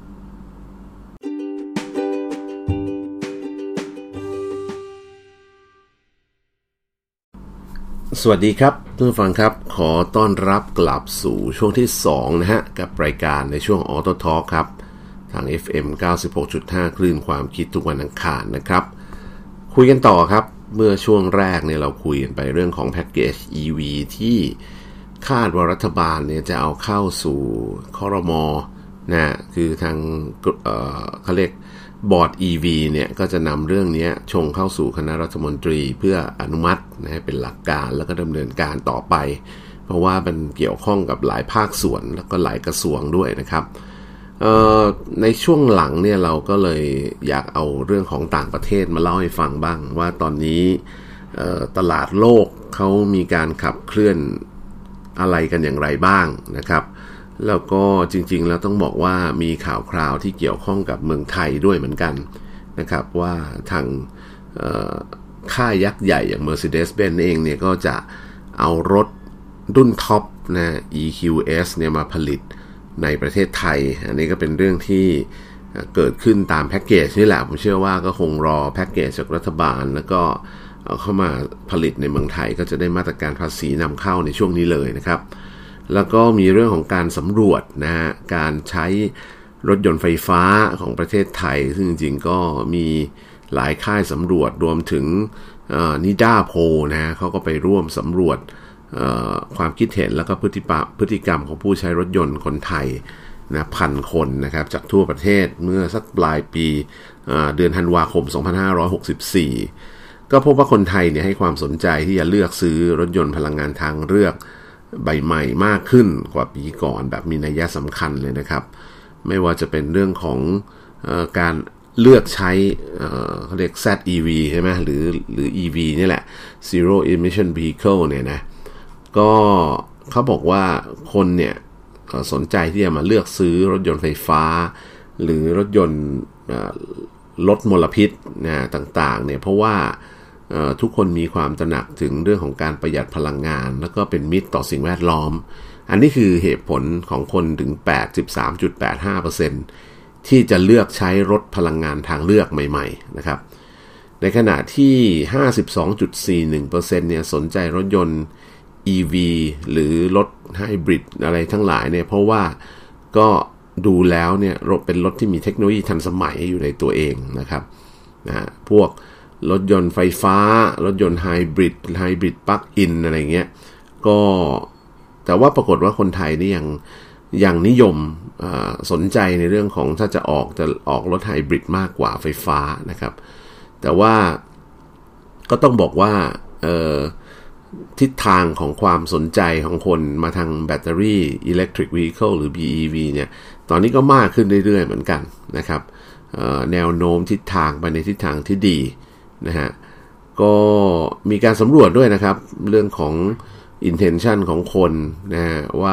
สวัสดีครับทุกผู้ฟังครับขอต้อนรับกลับสู่ช่วงที่สองนะฮะกับรายการในช่วง Auto Talk ครับทาง เอฟ เอ็ม เก้าสิบหกจุดห้า คลื่นความคิดทุกวันอังคารนะครับคุยกันต่อครับเมื่อช่วงแรกเนี่ยเราคุยกันไปเรื่องของแพ็คเกจ อี วี ที่คาดว่ารัฐบาลเนี่ยจะเอาเข้าสู่ครม.นะคือทางเอ่อเขาเรียกบอร์ด อี วี เนี่ยก็จะนำเรื่องนี้ชงเข้าสู่คณะรัฐมนตรีเพื่ออนุมัตินะให้เป็นหลักการแล้วก็ดำเนินการต่อไปเพราะว่ามันเกี่ยวข้องกับหลายภาคส่วนแล้วก็หลายกระทรวงด้วยนะครับในช่วงหลังเนี่ยเราก็เลยอยากเอาเรื่องของต่างประเทศมาเล่าให้ฟังบ้างว่าตอนนี้ตลาดโลกเขามีการขับเคลื่อนอะไรกันอย่างไรบ้างนะครับแล้วก็จริงๆแล้วต้องบอกว่ามีข่าวคราวที่เกี่ยวข้องกับเมืองไทยด้วยเหมือนกันนะครับว่าทางค่ายยักษ์ใหญ่อย่าง Mercedes-Benz เองเนี่ยก็จะเอารถรุ่นท็อปนะ อี คิว เอส เนี่ยมาผลิตในประเทศไทยอันนี้ก็เป็นเรื่องที่เกิดขึ้นตามแพ็กเกจนี่แหละผมเชื่อว่าก็คงรอแพ็กเกจจากรัฐบาลแล้วก็เอาเข้ามาผลิตในเมืองไทยก็จะได้มาตรการภาษีนำเข้าในช่วงนี้เลยนะครับแล้วก็มีเรื่องของการสำรวจนะฮะการใช้รถยนต์ไฟฟ้าของประเทศไทยซึ่งจริงๆก็มีหลายค่ายสำรวจรวมถึงนิด้าโพลนะฮะเขาก็ไปร่วมสำรวจความคิดเห็นแล้วก็พฤติพฤติกรรมของผู้ใช้รถยนต์คนไทยนะพันคนนะครับจากทั่วประเทศเมื่อสักปลายปีเดือนธันวาคมสองพันห้าร้อยหกสิบสี่ก็พบว่าคนไทยเนี่ยให้ความสนใจที่จะเลือกซื้อรถยนต์พลังงานทางเลือกใบใหม่มากขึ้นกว่าปีก่อนแบบมีนัยสำคัญเลยนะครับไม่ว่าจะเป็นเรื่องของเอ่อการเลือกใช้เอ่อเขาเรียก แซด อี วี ใช่ไหมหรือหรือ อี วี นี่แหละ Zero Emission Vehicle เนี่ยนะก็เขาบอกว่าคนเนี่ยสนใจที่จะมาเลือกซื้อรถยนต์ไฟฟ้าหรือรถยนต์ลดมลพิษนะต่างๆเนี่ยเพราะว่าทุกคนมีความตระหนักถึงเรื่องของการประหยัดพลังงานแล้วก็เป็นมิตรต่อสิ่งแวดล้อมอันนี้คือเหตุผลของคนถึง แปดสิบสามจุดแปดห้าเปอร์เซ็นต์ ที่จะเลือกใช้รถพลังงานทางเลือกใหม่ๆนะครับในขณะที่ ห้าสิบสองจุดสี่หนึ่งเปอร์เซ็นต์ เนี่ยสนใจรถยนต์ อี วี หรือรถไฮบริดอะไรทั้งหลายเนี่ยเพราะว่าก็ดูแล้วเนี่ยรถเป็นรถที่มีเทคโนโลยีทันสมัยอยู่ในตัวเองนะครับนะพวกรถยนต์ไฟฟ้ารถยนต์ไฮบริดไฮบริดปลั๊กอินอะไรเงี้ยก็แต่ว่าปรากฏว่าคนไทยนี่ยังยังนิยมสนใจในเรื่องของถ้าจะออกจะออกรถไฮบริดมากกว่าไฟฟ้านะครับแต่ว่าก็ต้องบอกว่าทิศทางของความสนใจของคนมาทางแบตเตอรี่ Electric Vehicle หรือ บี อี วี เนี่ยตอนนี้ก็มากขึ้นเรื่อยๆเหมือนกันนะครับแนวโน้มทิศทางไปในทิศทางที่ดีนะฮะก็มีการสำรวจด้วยนะครับเรื่องของ intention ของคนนะฮะว่า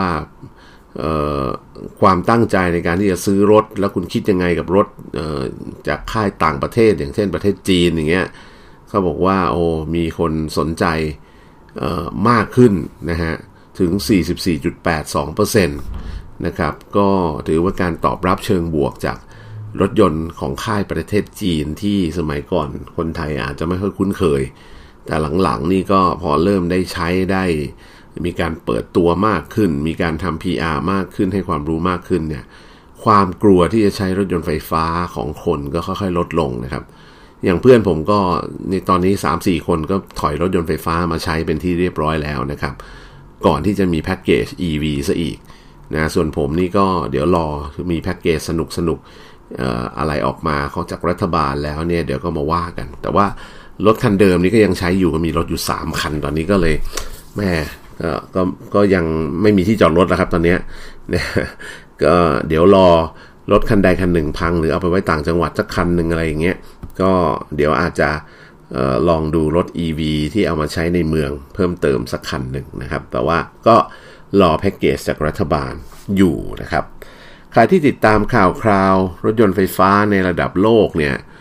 ความตั้งใจในการที่จะซื้อรถแล้วคุณคิดยังไงกับรถจากค่ายต่างประเทศอย่างเช่นประเทศจีนอย่างเงี้ยเขาบอกว่าโอ้มีคนสนใจมากขึ้นนะฮะถึง สี่สิบสี่จุดแปดสองเปอร์เซ็นต์ นะครับก็ถือว่าการตอบรับเชิงบวกจากรถยนต์ของค่ายประเทศจีนที่สมัยก่อนคนไทยอาจจะไม่ค่อยคุ้นเคยแต่หลังๆนี่ก็พอเริ่มได้ใช้ได้มีการเปิดตัวมากขึ้นมีการทำ พี อาร์ มากขึ้นให้ความรู้มากขึ้นเนี่ยความกลัวที่จะใช้รถยนต์ไฟฟ้าของคนก็ค่อยๆลดลงนะครับอย่างเพื่อนผมก็ในตอนนี้ สามสี่ คนก็ถอยรถยนต์ไฟฟ้ามาใช้เป็นที่เรียบร้อยแล้วนะครับก่อนที่จะมีแพ็กเกจ อี วี ซะอีกนะส่วนผมนี่ก็เดี๋ยวรอมีแพ็กเกจสนุกๆ เอ่อ อะไรออกมาเขาจากรัฐบาลแล้วเนี่ยเดี๋ยวก็มาว่ากันแต่ว่ารถคันเดิมนี่ก็ยังใช้อยู่ก็มีรถอยู่สามคันตอนนี้ก็เลยแม่ก็ก็ก็ยังไม่มีที่จอดรถแล้วครับตอนนี้เนี่ยก็เดี๋ยวรอรถคันใดคันหนึ่งพังหรือเอาไปไว้ต่างจังหวัดสักคันหนึ่งอะไรอย่างเงี้ยก็เดี๋ยวอาจจะเอ่อลองดูรถ อี วี ที่เอามาใช้ในเมืองเพิ่มเติมสักคันหนึ่งนะครับแต่ว่าก็รอแพ็กเกจจากรัฐบาลอยู่นะครับใครที่ติดตามข่าวคราวรถยนต์ไฟฟ้าในระดับโลกเนี่ย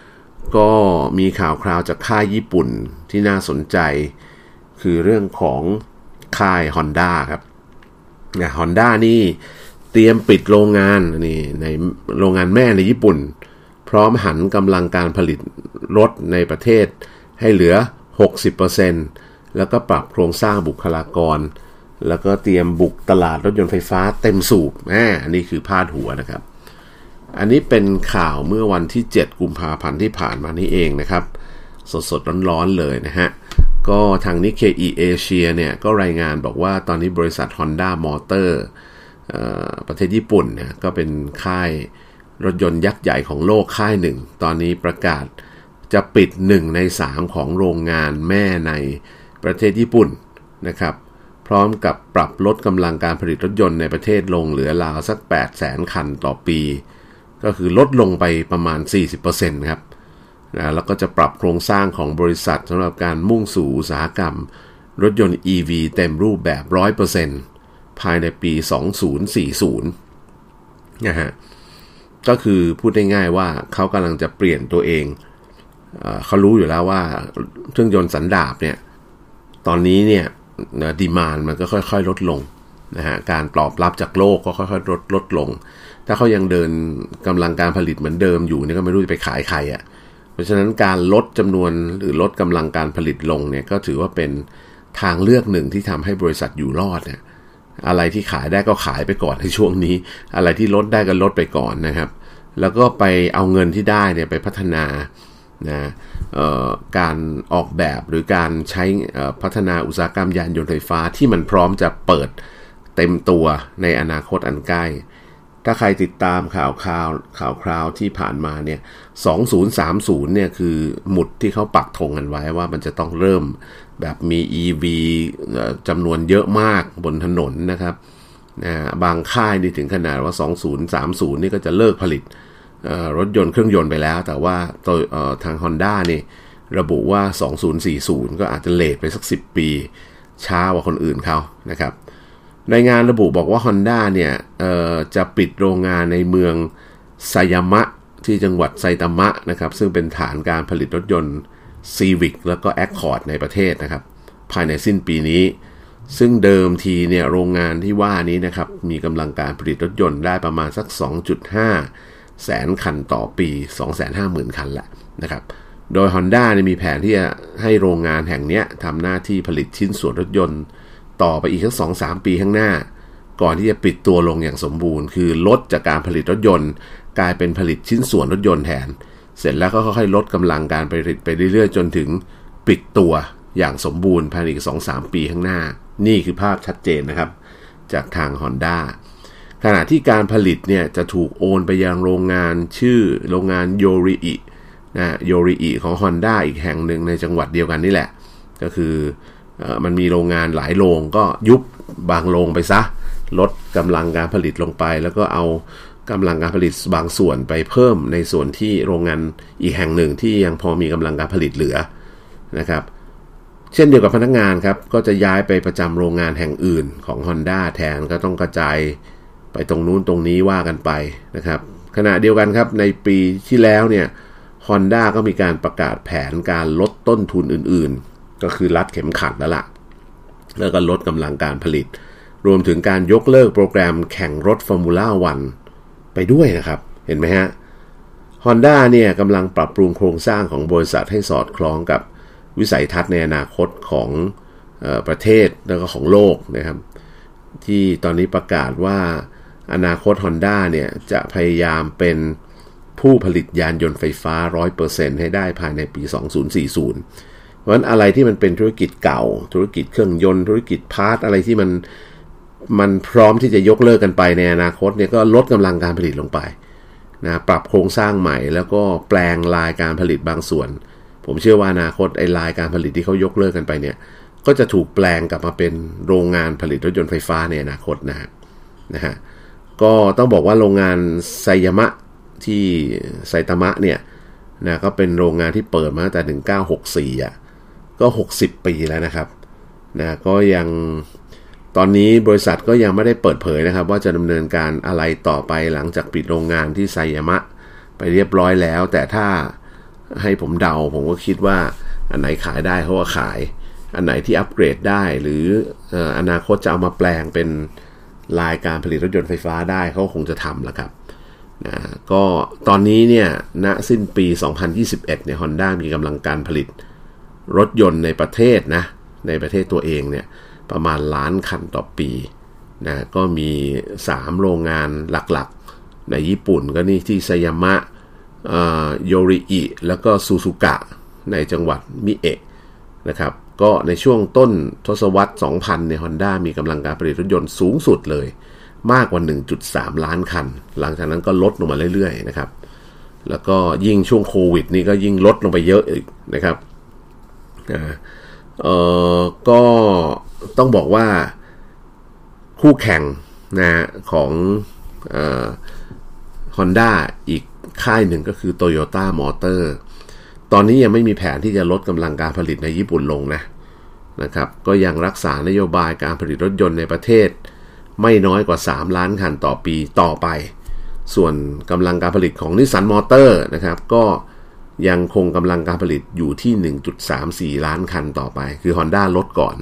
ก็มีข่าวคราวจากค่ายญี่ปุ่นที่น่าสนใจคือเรื่องของค่าย Honda ครับนะ Honda นี่เตรียมปิดโรงงานนี่ในโรงงานแม่ในญี่ปุ่นพร้อมหันกำลังการผลิตรถในประเทศให้เหลือ หกสิบเปอร์เซ็นต์ แล้วก็ปรับโครงสร้างบุคลากรแล้วก็เตรียมบุกตลาดรถยนต์ไฟฟ้าเต็มสูบอ่าอันนี้คือพาดหัวนะครับอันนี้เป็นข่าวเมื่อวันที่เจ็ดกุมภาพันธ์ที่ผ่านมานี่เองนะครับสดๆร้อนๆเลยนะฮะก็ทางนิเคอีเอเชียเนี่ยก็รายงานบอกว่าตอนนี้บริษัท Honda Motor ประเทศญี่ปุ่นเนี่ยก็เป็นค่ายรถยนต์ยักษ์ใหญ่ของโลกค่ายหนึ่งตอนนี้ประกาศจะปิดหนึ่งในสามของโรงงานแม่ในประเทศญี่ปุ่นนะครับพร้อมกับปรับลดกำลังการผลิตรถยนต์ในประเทศลงเหลือราวสัก แปดแสน คันต่อปีก็คือลดลงไปประมาณ สี่สิบเปอร์เซ็นต์ ครับนะแล้วก็จะปรับโครงสร้างของบริษัทสำหรับการมุ่งสู่อุตสาหกรรมรถยนต์ อี วี เต็มรูปแบบ ร้อยเปอร์เซ็นต์ ภายในปี สองพันสี่สิบ นะฮะก็คือพูดได้ง่ายว่าเขากำลังจะเปลี่ยนตัวเองเอ่อเขารู้อยู่แล้วว่าเครื่องยนต์สันดาปเนี่ยตอนนี้เนี่ยดีมานด์มันก็ค่อยๆลดลงนะฮะการตอบรับจากโลกก็ค่อยๆลดลดลงถ้าเขายังเดินกำลังการผลิตเหมือนเดิมอยู่เนี่ยก็ไม่รู้จะไปขายใครอ่ะเพราะฉะนั้นการลดจำนวนหรือลดกำลังการผลิตลงเนี่ยก็ถือว่าเป็นทางเลือกหนึ่งที่ทำให้บริษัทอยู่รอดเนี่ยอะไรที่ขายได้ก็ขายไปก่อนในช่วงนี้อะไรที่ลดได้ก็ลดไปก่อนนะครับแล้วก็ไปเอาเงินที่ได้เนี่ยไปพัฒนานะการออกแบบหรือการใช้พัฒนาอุตสาหกรรมยานยนต์ไฟฟ้าที่มันพร้อมจะเปิดเต็มตัวในอนาคตอันใกล้ถ้าใครติดตามข่าวข่าวข่าวคราวที่ผ่านมาเนี่ยสองพันสามสิบเนี่ยคือหมุดที่เขาปักธงกันไว้ว่ามันจะต้องเริ่มแบบมี อี วี จำนวนเยอะมากบนถนนนะครับนะบางค่ายนี่ถึงขนาดว่าสองพันสามสิบนี่ก็จะเลิกผลิตรถยนต์เครื่องยนต์ไปแล้วแต่ว่าตัวทาง Honda นี่ระบุว่าสองพันสี่สิบก็อาจจะเลทไปสักสิบปีช้ากว่าคนอื่นเขานะครับรายงานระบุบอกว่า Honda เนี่ยจะปิดโรงงานในเมืองไซยามะที่จังหวัดไซตามะนะครับซึ่งเป็นฐานการผลิตรถยนต์ Civic แล้วก็ Accord ในประเทศนะครับภายในสิ้นปีนี้ซึ่งเดิมทีเนี่ยโรงงานที่ว่านี้นะครับมีกำลังการผลิตรถยนต์ได้ประมาณสัก สองจุดห้า แสนคันต่อปี สองแสนห้าหมื่น คันแหละนะครับโดย Honda เนี่ยมีแผนที่จะให้โรงงานแห่งนี้ทำหน้าที่ผลิตชิ้นส่วนรถยนต์ต่อไปอีกสัก สองถึงสาม ปีข้างหน้าก่อนที่จะปิดตัวลงอย่างสมบูรณ์คือลดจากการผลิตรถยนต์กลายเป็นผลิตชิ้นส่วนรถยนต์แทนเสร็จแล้วก็ค่อยๆลดกำลังการผลิตไปเรื่อยๆจนถึงปิดตัวอย่างสมบูรณ์ภายในอีก สองถึงสาม ปีข้างหน้านี่คือภาพชัดเจนนะครับจากทาง Honda ขณะที่การผลิตเนี่ยจะถูกโอนไปยังโรงงานชื่อโรงงานโยริอินะโยริอิของ Honda อีกแห่งหนึ่งในจังหวัดเดียวกันนี่แหละก็คือเอ่อมันมีโรงงานหลายโรงก็ยุบบางโรงไปซะลดกำลังการผลิตลงไปแล้วก็เอากำลังการผลิตบางส่วนไปเพิ่มในส่วนที่โรงงานอีกแห่งหนึ่งที่ยังพอมีกำลังการผลิตเหลือนะครับเช่นเดียวกับพนักงานครับก็จะย้ายไปประจำโรงงานแห่งอื่นของ Honda แทนก็ต้องกระจายไปตรงนู้นตรงนี้ว่ากันไปนะครับขณะเดียวกันครับในปีที่แล้วเนี่ย Honda ก็มีการประกาศแผนการลดต้นทุนอื่นๆก็คือรัดเข็มขัดแล้วล่ะแล้วก็ลดกำลังการผลิตรวมถึงการยกเลิกโปรแกรมแข่งรถฟอร์มูล่าวันไปด้วยนะครับเห็นไหมฮะ Honda เนี่ยกำลังปรับปรุงโครงสร้างของบริษัทให้สอดคล้องกับวิสัยทัศน์ในอนาคตของเอ่อประเทศแล้วก็ของโลกนะครับที่ตอนนี้ประกาศว่าอนาคต Honda เนี่ยจะพยายามเป็นผู้ผลิตยานยนต์ไฟฟ้า ร้อยเปอร์เซ็นต์ ให้ได้ภายในปี สองพันสี่สิบ เพราะฉะนั้นอะไรที่มันเป็นธุรกิจเก่าธุรกิจเครื่องยนต์ธุรกิจพาร์ทอะไรที่มันมันพร้อมที่จะยกเลิกกันไปในอนาคตเนี่ยก็ลดกำลังการผลิตลงไปนะปรับโครงสร้างใหม่แล้วก็แปลงลายการผลิตบางส่วนผมเชื่อว่าอนาคตไอ้ลายการผลิตที่เขายกเลิกกันไปเนี่ยก็จะถูกแปลงกลับมาเป็นโรงงานผลิตรถยนต์ไฟฟ้าในอนาคตนะฮะนะฮะก็ต้องบอกว่าโรงงานไซยามะที่ไซตามะเนี่ยนะก็เป็นโรงงานที่เปิดมาตั้งแต่หนึ่งพันเก้าร้อยหกสิบสี่อ่ะก็หกสิบปีแล้วนะครับนะก็ยังตอนนี้บริษัทก็ยังไม่ได้เปิดเผยนะครับว่าจะดำเนินการอะไรต่อไปหลังจากปิดโรงงานที่ไซยามะไปเรียบร้อยแล้วแต่ถ้าให้ผมเดาผมก็คิดว่าอันไหนขายได้เขาก็ขายอันไหนที่อัปเกรดได้หรืออนาคตจะเอามาแปลงเป็นลายการผลิตรถยนต์ไฟฟ้าได้เขาคงจะทำละครับนะก็ตอนนี้เนี่ยณสิ้นปีสองพันยี่สิบเอ็ดเนี่ย Honda มีกำลังการผลิตรถยนต์ในประเทศนะในประเทศตัวเองเนี่ยประมาณล้านคันต่อปีนะก็มีสามโรงงานหลักๆในญี่ปุ่นก็นี่ที่ไซยามะโยริอิแล้วก็ซูซูกะในจังหวัดมิเอะนะครับก็ในช่วงต้นทศวรรษสองพันเนี่ย Honda มีกำลังการผลิตรถยนต์สูงสุดเลยมากกว่า หนึ่งจุดสาม ล้านคันหลังจากนั้นก็ลดลงมาเรื่อยๆนะครับแล้วก็ยิ่งช่วงโควิดนี่ก็ยิ่งลดลงไปเยอะอีกนะครับอ่าเอ่อก็ต้องบอกว่าคู่แข่งนะของเอ่อ Honda อีกค่ายหนึ่งก็คือ Toyota Motor ตอนนี้ยังไม่มีแผนที่จะลดกำลังการผลิตในญี่ปุ่นลงนะนะครับก็ยังรักษานโยบายการผลิตรถยนต์ในประเทศไม่น้อยกว่าสามล้านคันต่อปีต่อไปส่วนกำลังการผลิตของ Nissan Motor นะครับก็ยังคงกำลังการผลิตอยู่ที่ หนึ่งจุดสามสี่ ล้านคันต่อไปคือ Honda ลดก่อน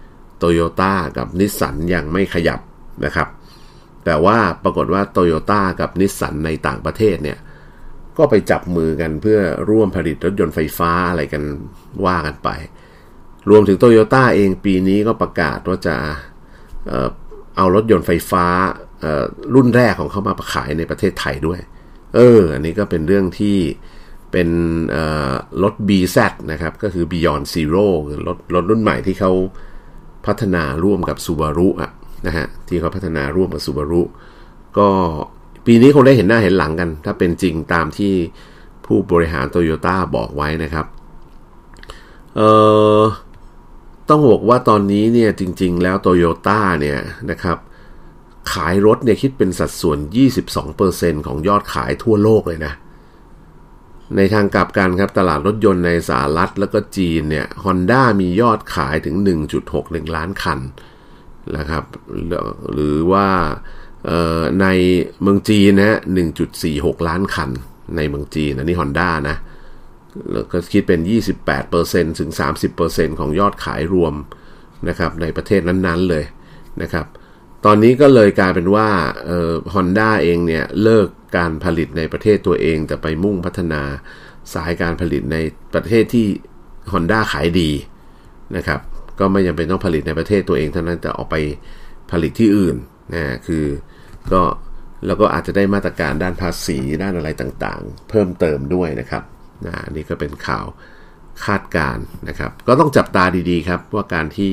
Toyota กับ Nissan ยังไม่ขยับนะครับแต่ว่าปรากฏว่า Toyota กับ Nissan ในต่างประเทศเนี่ยก็ไปจับมือกันเพื่อร่วมผลิตรถยนต์ไฟฟ้าอะไรกันว่ากันไปรวมถึง Toyota เองปีนี้ก็ประกาศว่าจะเอ่อเอารถยนต์ไฟฟ้าเอ่อรุ่นแรกของเขามาขายในประเทศไทยด้วยเอออันนี้ก็เป็นเรื่องที่เป็นเอ่อรถ บี แซด นะครับก็คือ Beyond Zero คือรถรถรุ่นใหม่ที่เขาพัฒนาร่วมกับ Subaru อ่ะนะฮะที่เขาพัฒนาร่วมกับ Subaru ก็ปีนี้คงได้เห็นหน้าเห็นหลังกันถ้าเป็นจริงตามที่ผู้บริหาร Toyota บอกไว้นะครับเอ่อต้องบอกว่าตอนนี้เนี่ยจริงๆแล้ว Toyota เนี่ยนะครับขายรถเนี่ยคิดเป็นสัดส่วน ยี่สิบสองเปอร์เซ็นต์ ของยอดขายทั่วโลกเลยนะในทางกลับกันครับตลาดรถยนต์ในสหรัฐแล้วก็จีนเนี่ย Honda มียอดขายถึง หนึ่งจุดหกหนึ่ง ล้านคันนะครับหรือว่าในเมืองจีนนะ หนึ่งจุดสี่หก ล้านคันในเมืองจีนอันนี้ Honda นะแล้วก็คิดเป็น ยี่สิบแปดเปอร์เซ็นต์ ถึง สามสิบเปอร์เซ็นต์ ของยอดขายรวมนะครับในประเทศนั้นๆเลยนะครับตอนนี้ก็เลยกลายเป็นว่าเอ่อ Honda เองเนี่ยเลิกการผลิตในประเทศตัวเองแต่ไปมุ่งพัฒนาสายการผลิตในประเทศที่ Honda ขายดีนะครับก็ไม่จำเป็นต้องผลิตในประเทศตัวเองเท่านั้นแต่ออกไปผลิตที่อื่นนะคือก็แล้วก็อาจจะได้มาตรการด้านภาษีด้านอะไรต่างๆเพิ่มเติมด้วยนะครับนะนี่ก็เป็นข่าวคาดการณ์นะครับก็ต้องจับตาดีๆครับว่าการที่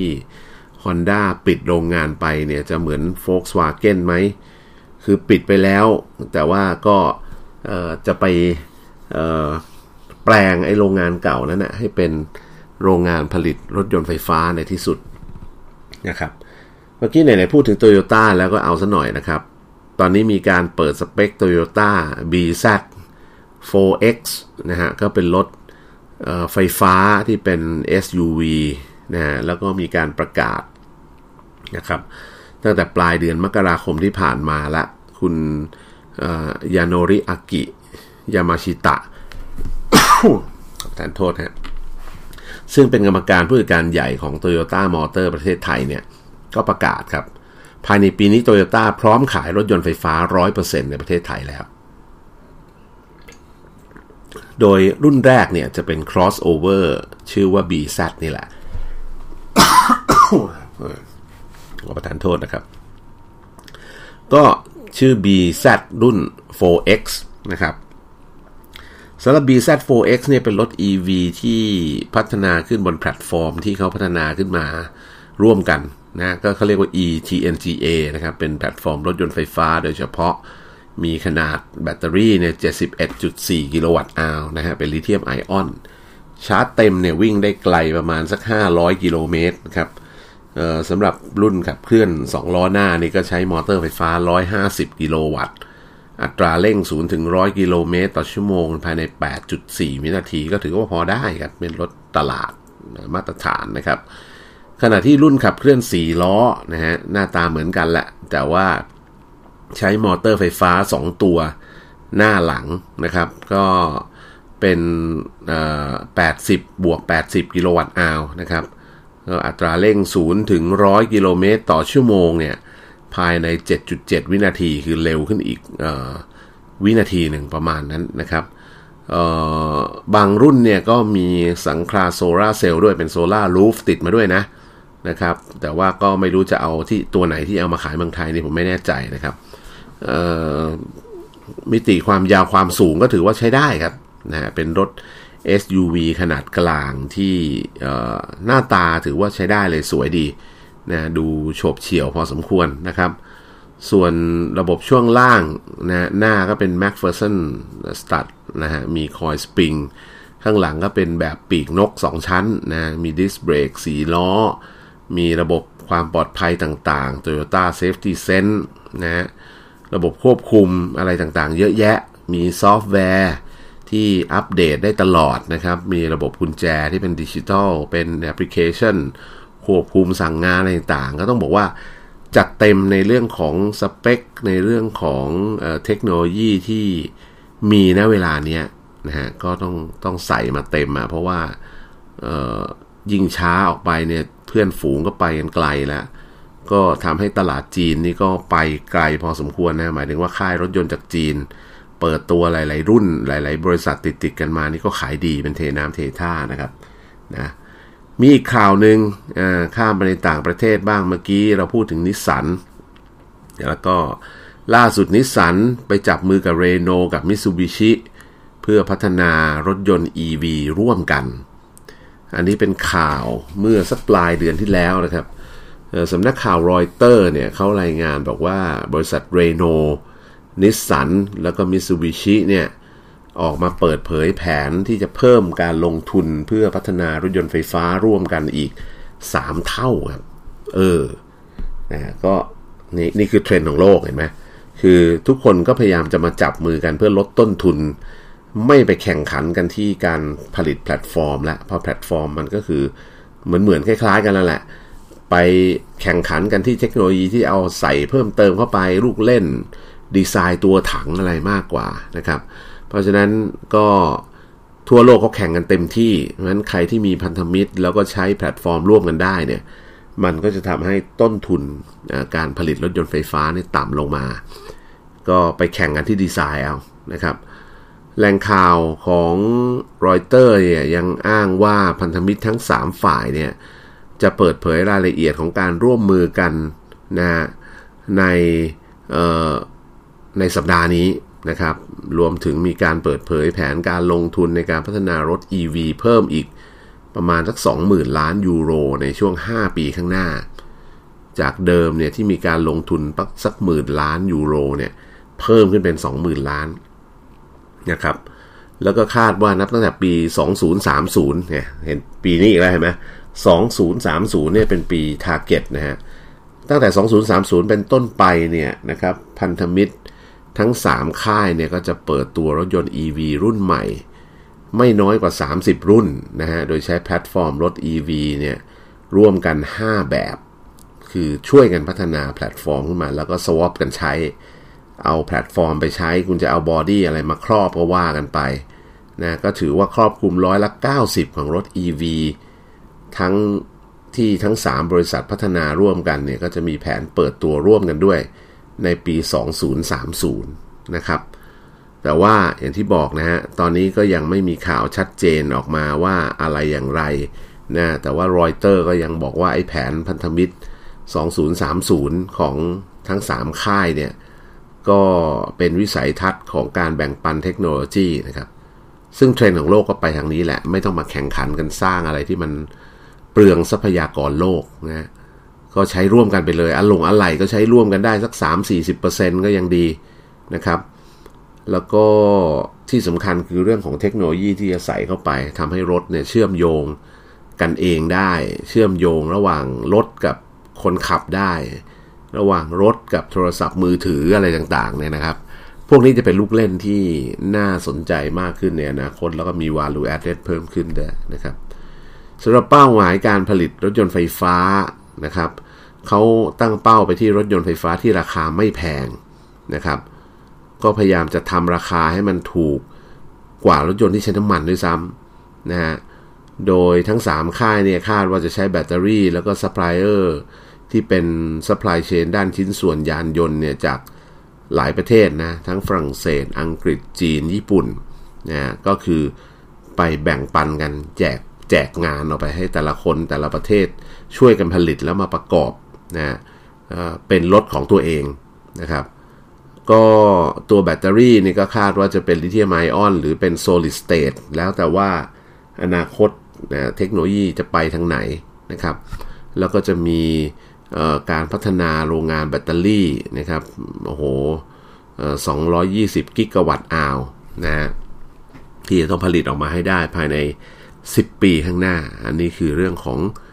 Honda ปิดโรงงานไปเนี่ยจะเหมือน Volkswagen ไหมคือปิดไปแล้วแต่ว่าก็เอ่อจะไปเอ่อแปลงไอ้โรงงานเก่านั้นนะให้เป็นโรงงานผลิตรถยนต์ไฟฟ้าในที่สุดนะครับเมื่อกี้ไหนๆพูดถึง Toyota แล้วก็เอาซะหน่อยนะครับตอนนี้มีการเปิดสเปค Toyota บี แซด โฟร์ เอ็กซ์ นะฮะก็เป็นรถเอ่อไฟฟ้าที่เป็น เอส ยู วี นะฮะแล้วก็มีการประกาศนะครับตั้งแต่ปลายเดือนมกราคมที่ผ่านมาละคุณยาโนริอากิยามาชิตะ ขอโทษฮะซึ่งเป็นกรรมการผู้จัดการใหญ่ของ Toyota Motor ประเทศไทยเนี่ยก็ประกาศครับภายในปีนี้ Toyota พร้อมขายรถยนต์ไฟฟ้า ร้อยเปอร์เซ็นต์ ในประเทศไทยแล้วโดยรุ่นแรกเนี่ยจะเป็น crossover ชื่อว่า บี แซด นี่แหละ ขอประทานโทษนะครับก็ชื่อ บี แซด รุ่น โฟร์ เอ็กซ์ นะครับสำหรับ บี แซด โฟร์ เอ็กซ์ เนี่ยเป็นรถ อี วี ที่พัฒนาขึ้นบนแพลตฟอร์มที่เขาพัฒนาขึ้นมาร่วมกันนะก็เขาเรียกว่า อี ที เอ็น จี เอ นะครับเป็นแพลตฟอร์มรถยนต์ไฟฟ้าโดยเฉพาะมีขนาดแบตเตอรี่เนี่ย เจ็ดสิบเอ็ดจุดสี่ กิโลวัตต์อาวร์นะฮะเป็นลิเธียมไอออนชาร์จเต็มเนี่ยวิ่งได้ไกลประมาณสักห้าร้อยกิโลเมตรครับเอ่อสำหรับรุ่นขับเคลื่อนสองล้อหน้านี่ก็ใช้มอเตอร์ไฟฟ้าหนึ่งร้อยห้าสิบกิโลวัตต์อัตราเร่งศูนย์ถึงหนึ่งร้อยกิโลเมตรต่อชั่วโมงภายใน แปดจุดสี่ วินาทีก็ถือว่าพอได้ครับเป็นรถตลาดมาตรฐานนะครับขณะที่รุ่นขับเคลื่อนสี่ล้อนะฮะหน้าตาเหมือนกันแหละแต่ว่าใช้มอเตอร์ไฟฟ้าสองตัวหน้าหลังนะครับก็เป็นแปดสิบบวกแปดสิบกิโลวัตต์อาวนะครับอัตราเร่งศูนย์ถึงหนึ่งร้อยกิโลเมตรต่อชั่วโมงเนี่ยภายใน เจ็ดจุดเจ็ด วินาทีคือเร็วขึ้นอีกเอ่อวินาทีหนึ่งประมาณนั้นนะครับเอ่อบางรุ่นเนี่ยก็มีสังคราโซลาร์เซลล์ด้วยเป็นโซลาร์รูฟติดมาด้วยนะนะครับแต่ว่าก็ไม่รู้จะเอาที่ตัวไหนที่เอามาขายเมืองไทยนี่ผมไม่แน่ใจนะครับเอ่อมิติความยาวความสูงก็ถือว่าใช้ได้ครับนะเป็นรถ เอส ยู วี ขนาดกลางที่หน้าตาถือว่าใช้ได้เลยสวยดีนะดูโฉบเฉี่ยวพอสมควรนะครับส่วนระบบช่วงล่างนะหน้าก็เป็น McPherson Stud นะฮะมีคอยสปริงข้างหลังก็เป็นแบบปีกนกสองชั้นนะมีดิสเบรกสี่ล้อมีระบบความปลอดภัยต่างๆ Toyota Safety Sense นะระบบควบคุมอะไรต่างๆเยอะแยะมีซอฟต์แวร์ที่อัปเดตได้ตลอดนะครับมีระบบกุญแจที่เป็นดิจิทัลเป็นแอปพลิเคชันควบคุมสั่งงานอะไรต่างๆก็ต้องบอกว่าจัดเต็มในเรื่องของสเปคในเรื่องของเอ่อเทคโนโลยีที่มีณเวลาเนี้ยนะฮะก็ต้องต้องใส่มาเต็มอ่ะเพราะว่าเอ่อยิ่งช้าออกไปเนี่ยเพื่อนฝูงก็ไปกันไกลแล้วก็ทำให้ตลาดจีนนี่ก็ไปไกลพอสมควรนะหมายถึงว่าค่ายรถยนต์จากจีนเปิดตัวหลายๆรุ่นหลายๆบริษัทติดๆกันมานี่ก็ขายดีเป็นเทน้ำเทท่านะครับนะมีอีกข่าวหนึ่งอ่าข้ามไปในต่างประเทศบ้างเมื่อกี้เราพูดถึงนิสสันแล้วก็ล่าสุดนิสสันไปจับมือกับเรโนกับมิตซูบิชิเพื่อพัฒนารถยนต์ อี วี ร่วมกันอันนี้เป็นข่าวเมื่อสักปลายเดือนที่แล้วนะครับสำนักข่าวรอยเตอร์เนี่ยเขารายงานบอกว่าบริษัทเรโนนิสสันแล้วก็มิตซูบิชิเนี่ยออกมาเปิดเผยแผนที่จะเพิ่มการลงทุนเพื่อพัฒนารถยนต์ไฟฟ้าร่วมกันอีกสามเท่าครับเออนะก็นี่นี่คือเทรนด์ของโลกเห็นไหมคือทุกคนก็พยายามจะมาจับมือกันเพื่อลดต้นทุนไม่ไปแข่งขันกันที่การผลิตแพลตฟอร์มละเพราะแพลตฟอร์มมันก็คือเหมือนเหมือนคล้ายๆกันแล้วแหละไปแข่งขันกันที่เทคโนโลยีที่เอาใส่เพิ่มเติมเข้าไปลูกเล่นดีไซน์ตัวถังอะไรมากกว่านะครับเพราะฉะนั้นก็ทั่วโลกเขาแข่งกันเต็มที่เพราะฉะนั้นใครที่มีพันธมิตรแล้วก็ใช้แพลตฟอร์มร่วมกันได้เนี่ยมันก็จะทำให้ต้นทุนการผลิตรถยนต์ไฟฟ้านี่ต่ำลงมาก็ไปแข่งกันที่ดีไซน์เอานะครับแหล่งข่าวของรอยเตอร์เนี่ยยังอ้างว่าพันธมิตรทั้งสามฝ่ายเนี่ยจะเปิดเผยรายละเอียดของการร่วมมือกันนะในในสัปดาห์นี้นะครับรวมถึงมีการเปิดเผยแผนการลงทุนในการพัฒนารถ อี วี เพิ่มอีกประมาณสัก สองหมื่น ล้านยูโรในช่วงห้าปีข้างหน้าจากเดิมเนี่ยที่มีการลงทุนสักหมื่นล้านยูโรเนี่ยเพิ่มขึ้นเป็น สองหมื่น ล้านนะครับแล้วก็คาดว่านับตั้งแต่ปีสองพันสามสิบเนี่ยเห็นปีนี้อีกแล้วเห็นไหมสองพันสามสิบเนี่ยเป็นปี target นะฮะตั้งแต่สองพันสามสิบเป็นต้นไปเนี่ยนะครับพันธมิตรทั้งสามค่ายเนี่ยก็จะเปิดตัวรถยนต์ อี วี รุ่นใหม่ไม่น้อยกว่าสามสิบรุ่นนะฮะโดยใช้แพลตฟอร์มรถ อี วี เนี่ยร่วมกันห้าแบบคือช่วยกันพัฒนาแพลตฟอร์มขึ้นมาแล้วก็สวอปกันใช้เอาแพลตฟอร์มไปใช้คุณจะเอาบอดี้อะไรมาครอบก็ว่ากันไปนะก็ถือว่าครอบคลุมร้อยละเก้าสิบของรถ อี วี ทั้งที่ทั้งสามบริษัทพัฒนาร่วมกันเนี่ยก็จะมีแผนเปิดตัวร่วมกันด้วยในปีสองพันสามสิบนะครับแต่ว่าอย่างที่บอกนะฮะตอนนี้ก็ยังไม่มีข่าวชัดเจนออกมาว่าอะไรอย่างไรนะแต่ว่ารอยเตอร์ก็ยังบอกว่าไอ้แผนพันธมิตรสองพันสามสิบของทั้งสามค่ายเนี่ยก็เป็นวิสัยทัศน์ของการแบ่งปันเทคโนโลยีนะครับซึ่งเทรนด์ของโลกก็ไปทางนี้แหละไม่ต้องมาแข่งขันกันสร้างอะไรที่มันเปลืองทรัพยากรโลกนะก็ใช้ร่วมกันไปเลยอะลงอะไหล่ก็ใช้ร่วมกันได้สัก สามถึงสี่สิบเปอร์เซ็นต์ ก็ยังดีนะครับแล้วก็ที่สำคัญคือเรื่องของเทคโนโลยีที่จะใส่เข้าไปทำให้รถเนี่ยเชื่อมโยงกันเองได้เชื่อมโยงระหว่างรถกับคนขับได้ระหว่างรถกับโทรศัพท์มือถืออะไรต่างๆเนี่ยนะครับพวกนี้จะเป็นลูกเล่นที่น่าสนใจมากขึ้นในอนาคตแล้วก็มี value added เพิ่มขึ้นด้วยนะครับสำหรับเป้าหมายการผลิตรถยนต์ไฟฟ้านะครับเขาตั้งเป้าไปที่รถยนต์ไฟฟ้าที่ราคาไม่แพงนะครับก็พยายามจะทำราคาให้มันถูกกว่ารถยนต์ที่ใช้น้ำมันด้วยซ้ำนะฮะโดยทั้งสามค่ายเนี่ยคาดว่าจะใช้แบตเตอรี่แล้วก็ซัพพลายเออร์ที่เป็นซัพพลายเชนด้านชิ้นส่วนยานยนต์เนี่ยจากหลายประเทศนะทั้งฝรั่งเศสอังกฤษจีนญี่ปุ่นนะก็คือไปแบ่งปันกันแจกแจกงานออกไปให้แต่ละคนแต่ละประเทศช่วยกันผลิตแล้วมาประกอบนะเป็นรถของตัวเองนะครับก็ตัวแบตเตอรี่นี่ก็คาดว่าจะเป็นลิเธียมไอออนหรือเป็นโซลิดสเตทแล้วแต่ว่าอนาคตนะเทคโนโลยีจะไปทางไหนนะครับแล้วก็จะมีการพัฒนาโรงงานแบตเตอรี่นะครับโอ้โหสองร้อยยี่สิบกิกะวัตต์อาวนะฮะที่จะต้องผลิตออกมาให้ได้ภายในสิบปีข้างหน้าอันนี้คือเรื่องของ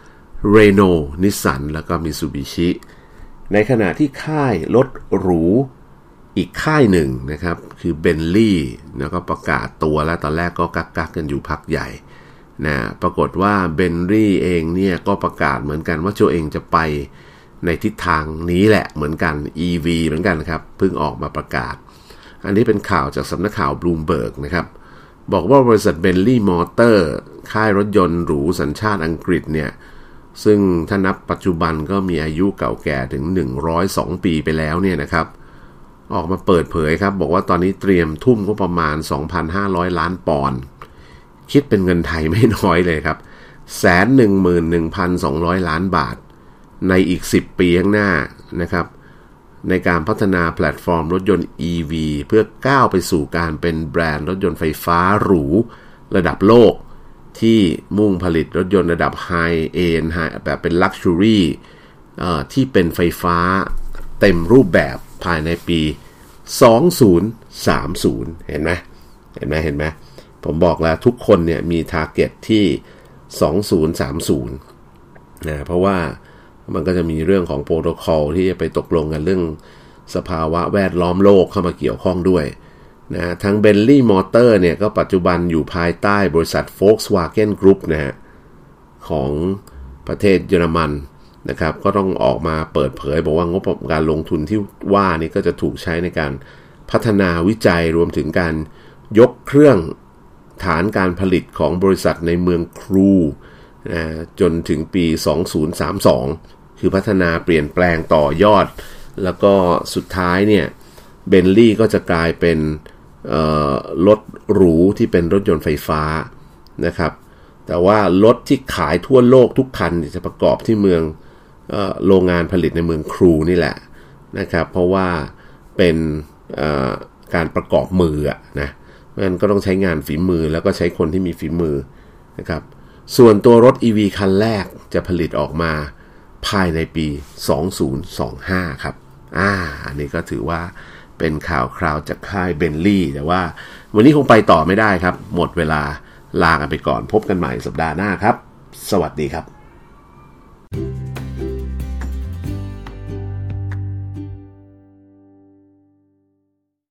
Renault Nissan แล้วก็ Mitsubishi ในขณะที่ค่ายรถหรูอีกค่ายหนึ่งนะครับคือ Bentley แล้วก็ประกาศตัวแล้วตอนแรกก็กักกักกันอยู่พักใหญ่นะปรากฏว่า Bentley เองเนี่ยก็ประกาศเหมือนกันว่าตัวเองจะไปในทิศทางนี้แหละเหมือนกัน อี วี เหมือนกันครับเพิ่งออกมาประกาศอันนี้เป็นข่าวจากสำนักข่าว Bloomberg นะครับบอกว่าบริษัท Bentley Motor ค่ายรถยนต์หรูสัญชาติอังกฤษเนี่ยซึ่งถ้านับปัจจุบันก็มีอายุเก่าแก่ถึงหนึ่งร้อยสองปีไปแล้วเนี่ยนะครับออกมาเปิดเผยครับบอกว่าตอนนี้เตรียมทุ่มก็ประมาณ สองพันห้าร้อย ล้านปอนด์คิดเป็นเงินไทยไม่น้อยเลยครับ หนึ่งแสนหนึ่งหมื่นหนึ่งพันสองร้อย ล้านบาทในอีกสิบปีข้างหน้านะครับในการพัฒนาแพลตฟอร์มรถยนต์ อี วี เพื่อก้าวไปสู่การเป็นแบรนด์รถยนต์ไฟฟ้าหรูระดับโลกที่มุ่งผลิตรถยนต์ระดับไฮเอนด์แบบเป็นลักชัวรี่ที่เป็นไฟฟ้าเต็มรูปแบบภายในปีสองพันสามสิบเห็นไหมเห็นไหมเห็นไหมผมบอกแล้วทุกคนเนี่ยมีทาร์เก็ตที่สองพันสามสิบนะเพราะว่ามันก็จะมีเรื่องของโปรโตคอลที่จะไปตกลงกันเรื่องสภาวะแวดล้อมโลกเข้ามาเกี่ยวข้องด้วยนะทั้ง Bentley Motor เนี่ยก็ปัจจุบันอยู่ภายใต้บริษัท Volkswagen Group นะฮะของประเทศเยอรมันนะครับก็ต้องออกมาเปิดเผยบอกว่างบการลงทุนที่ว่านี่ก็จะถูกใช้ในการพัฒนาวิจัยรวมถึงการยกเครื่องฐานการผลิตของบริษัทในเมืองครูนะจนถึงปีสองพันสามสิบสองคือพัฒนาเปลี่ยนแปลงต่อยอดแล้วก็สุดท้ายเนี่ยเบนลี่ก็จะกลายเป็นรถหรูที่เป็นรถยนต์ไฟฟ้านะครับแต่ว่ารถที่ขายทั่วโลกทุกคันจะประกอบที่เมืองโรงงานผลิตในเมืองครูนี่แหละนะครับเพราะว่าเป็นการประกอบมืออะนะมันก็ต้องใช้งานฝีมือแล้วก็ใช้คนที่มีฝีมือนะครับส่วนตัวรถ อี วี คันแรกจะผลิตออกมาภายในปีสองพันยี่สิบห้าครับอ่าอันนี้ก็ถือว่าเป็นข่าวคราวจากค่าย Bentley แต่ว่าวันนี้คงไปต่อไม่ได้ครับหมดเวลาลากันไปก่อนพบกันใหม่สัปดาห์หน้าครับสวัสดีครับ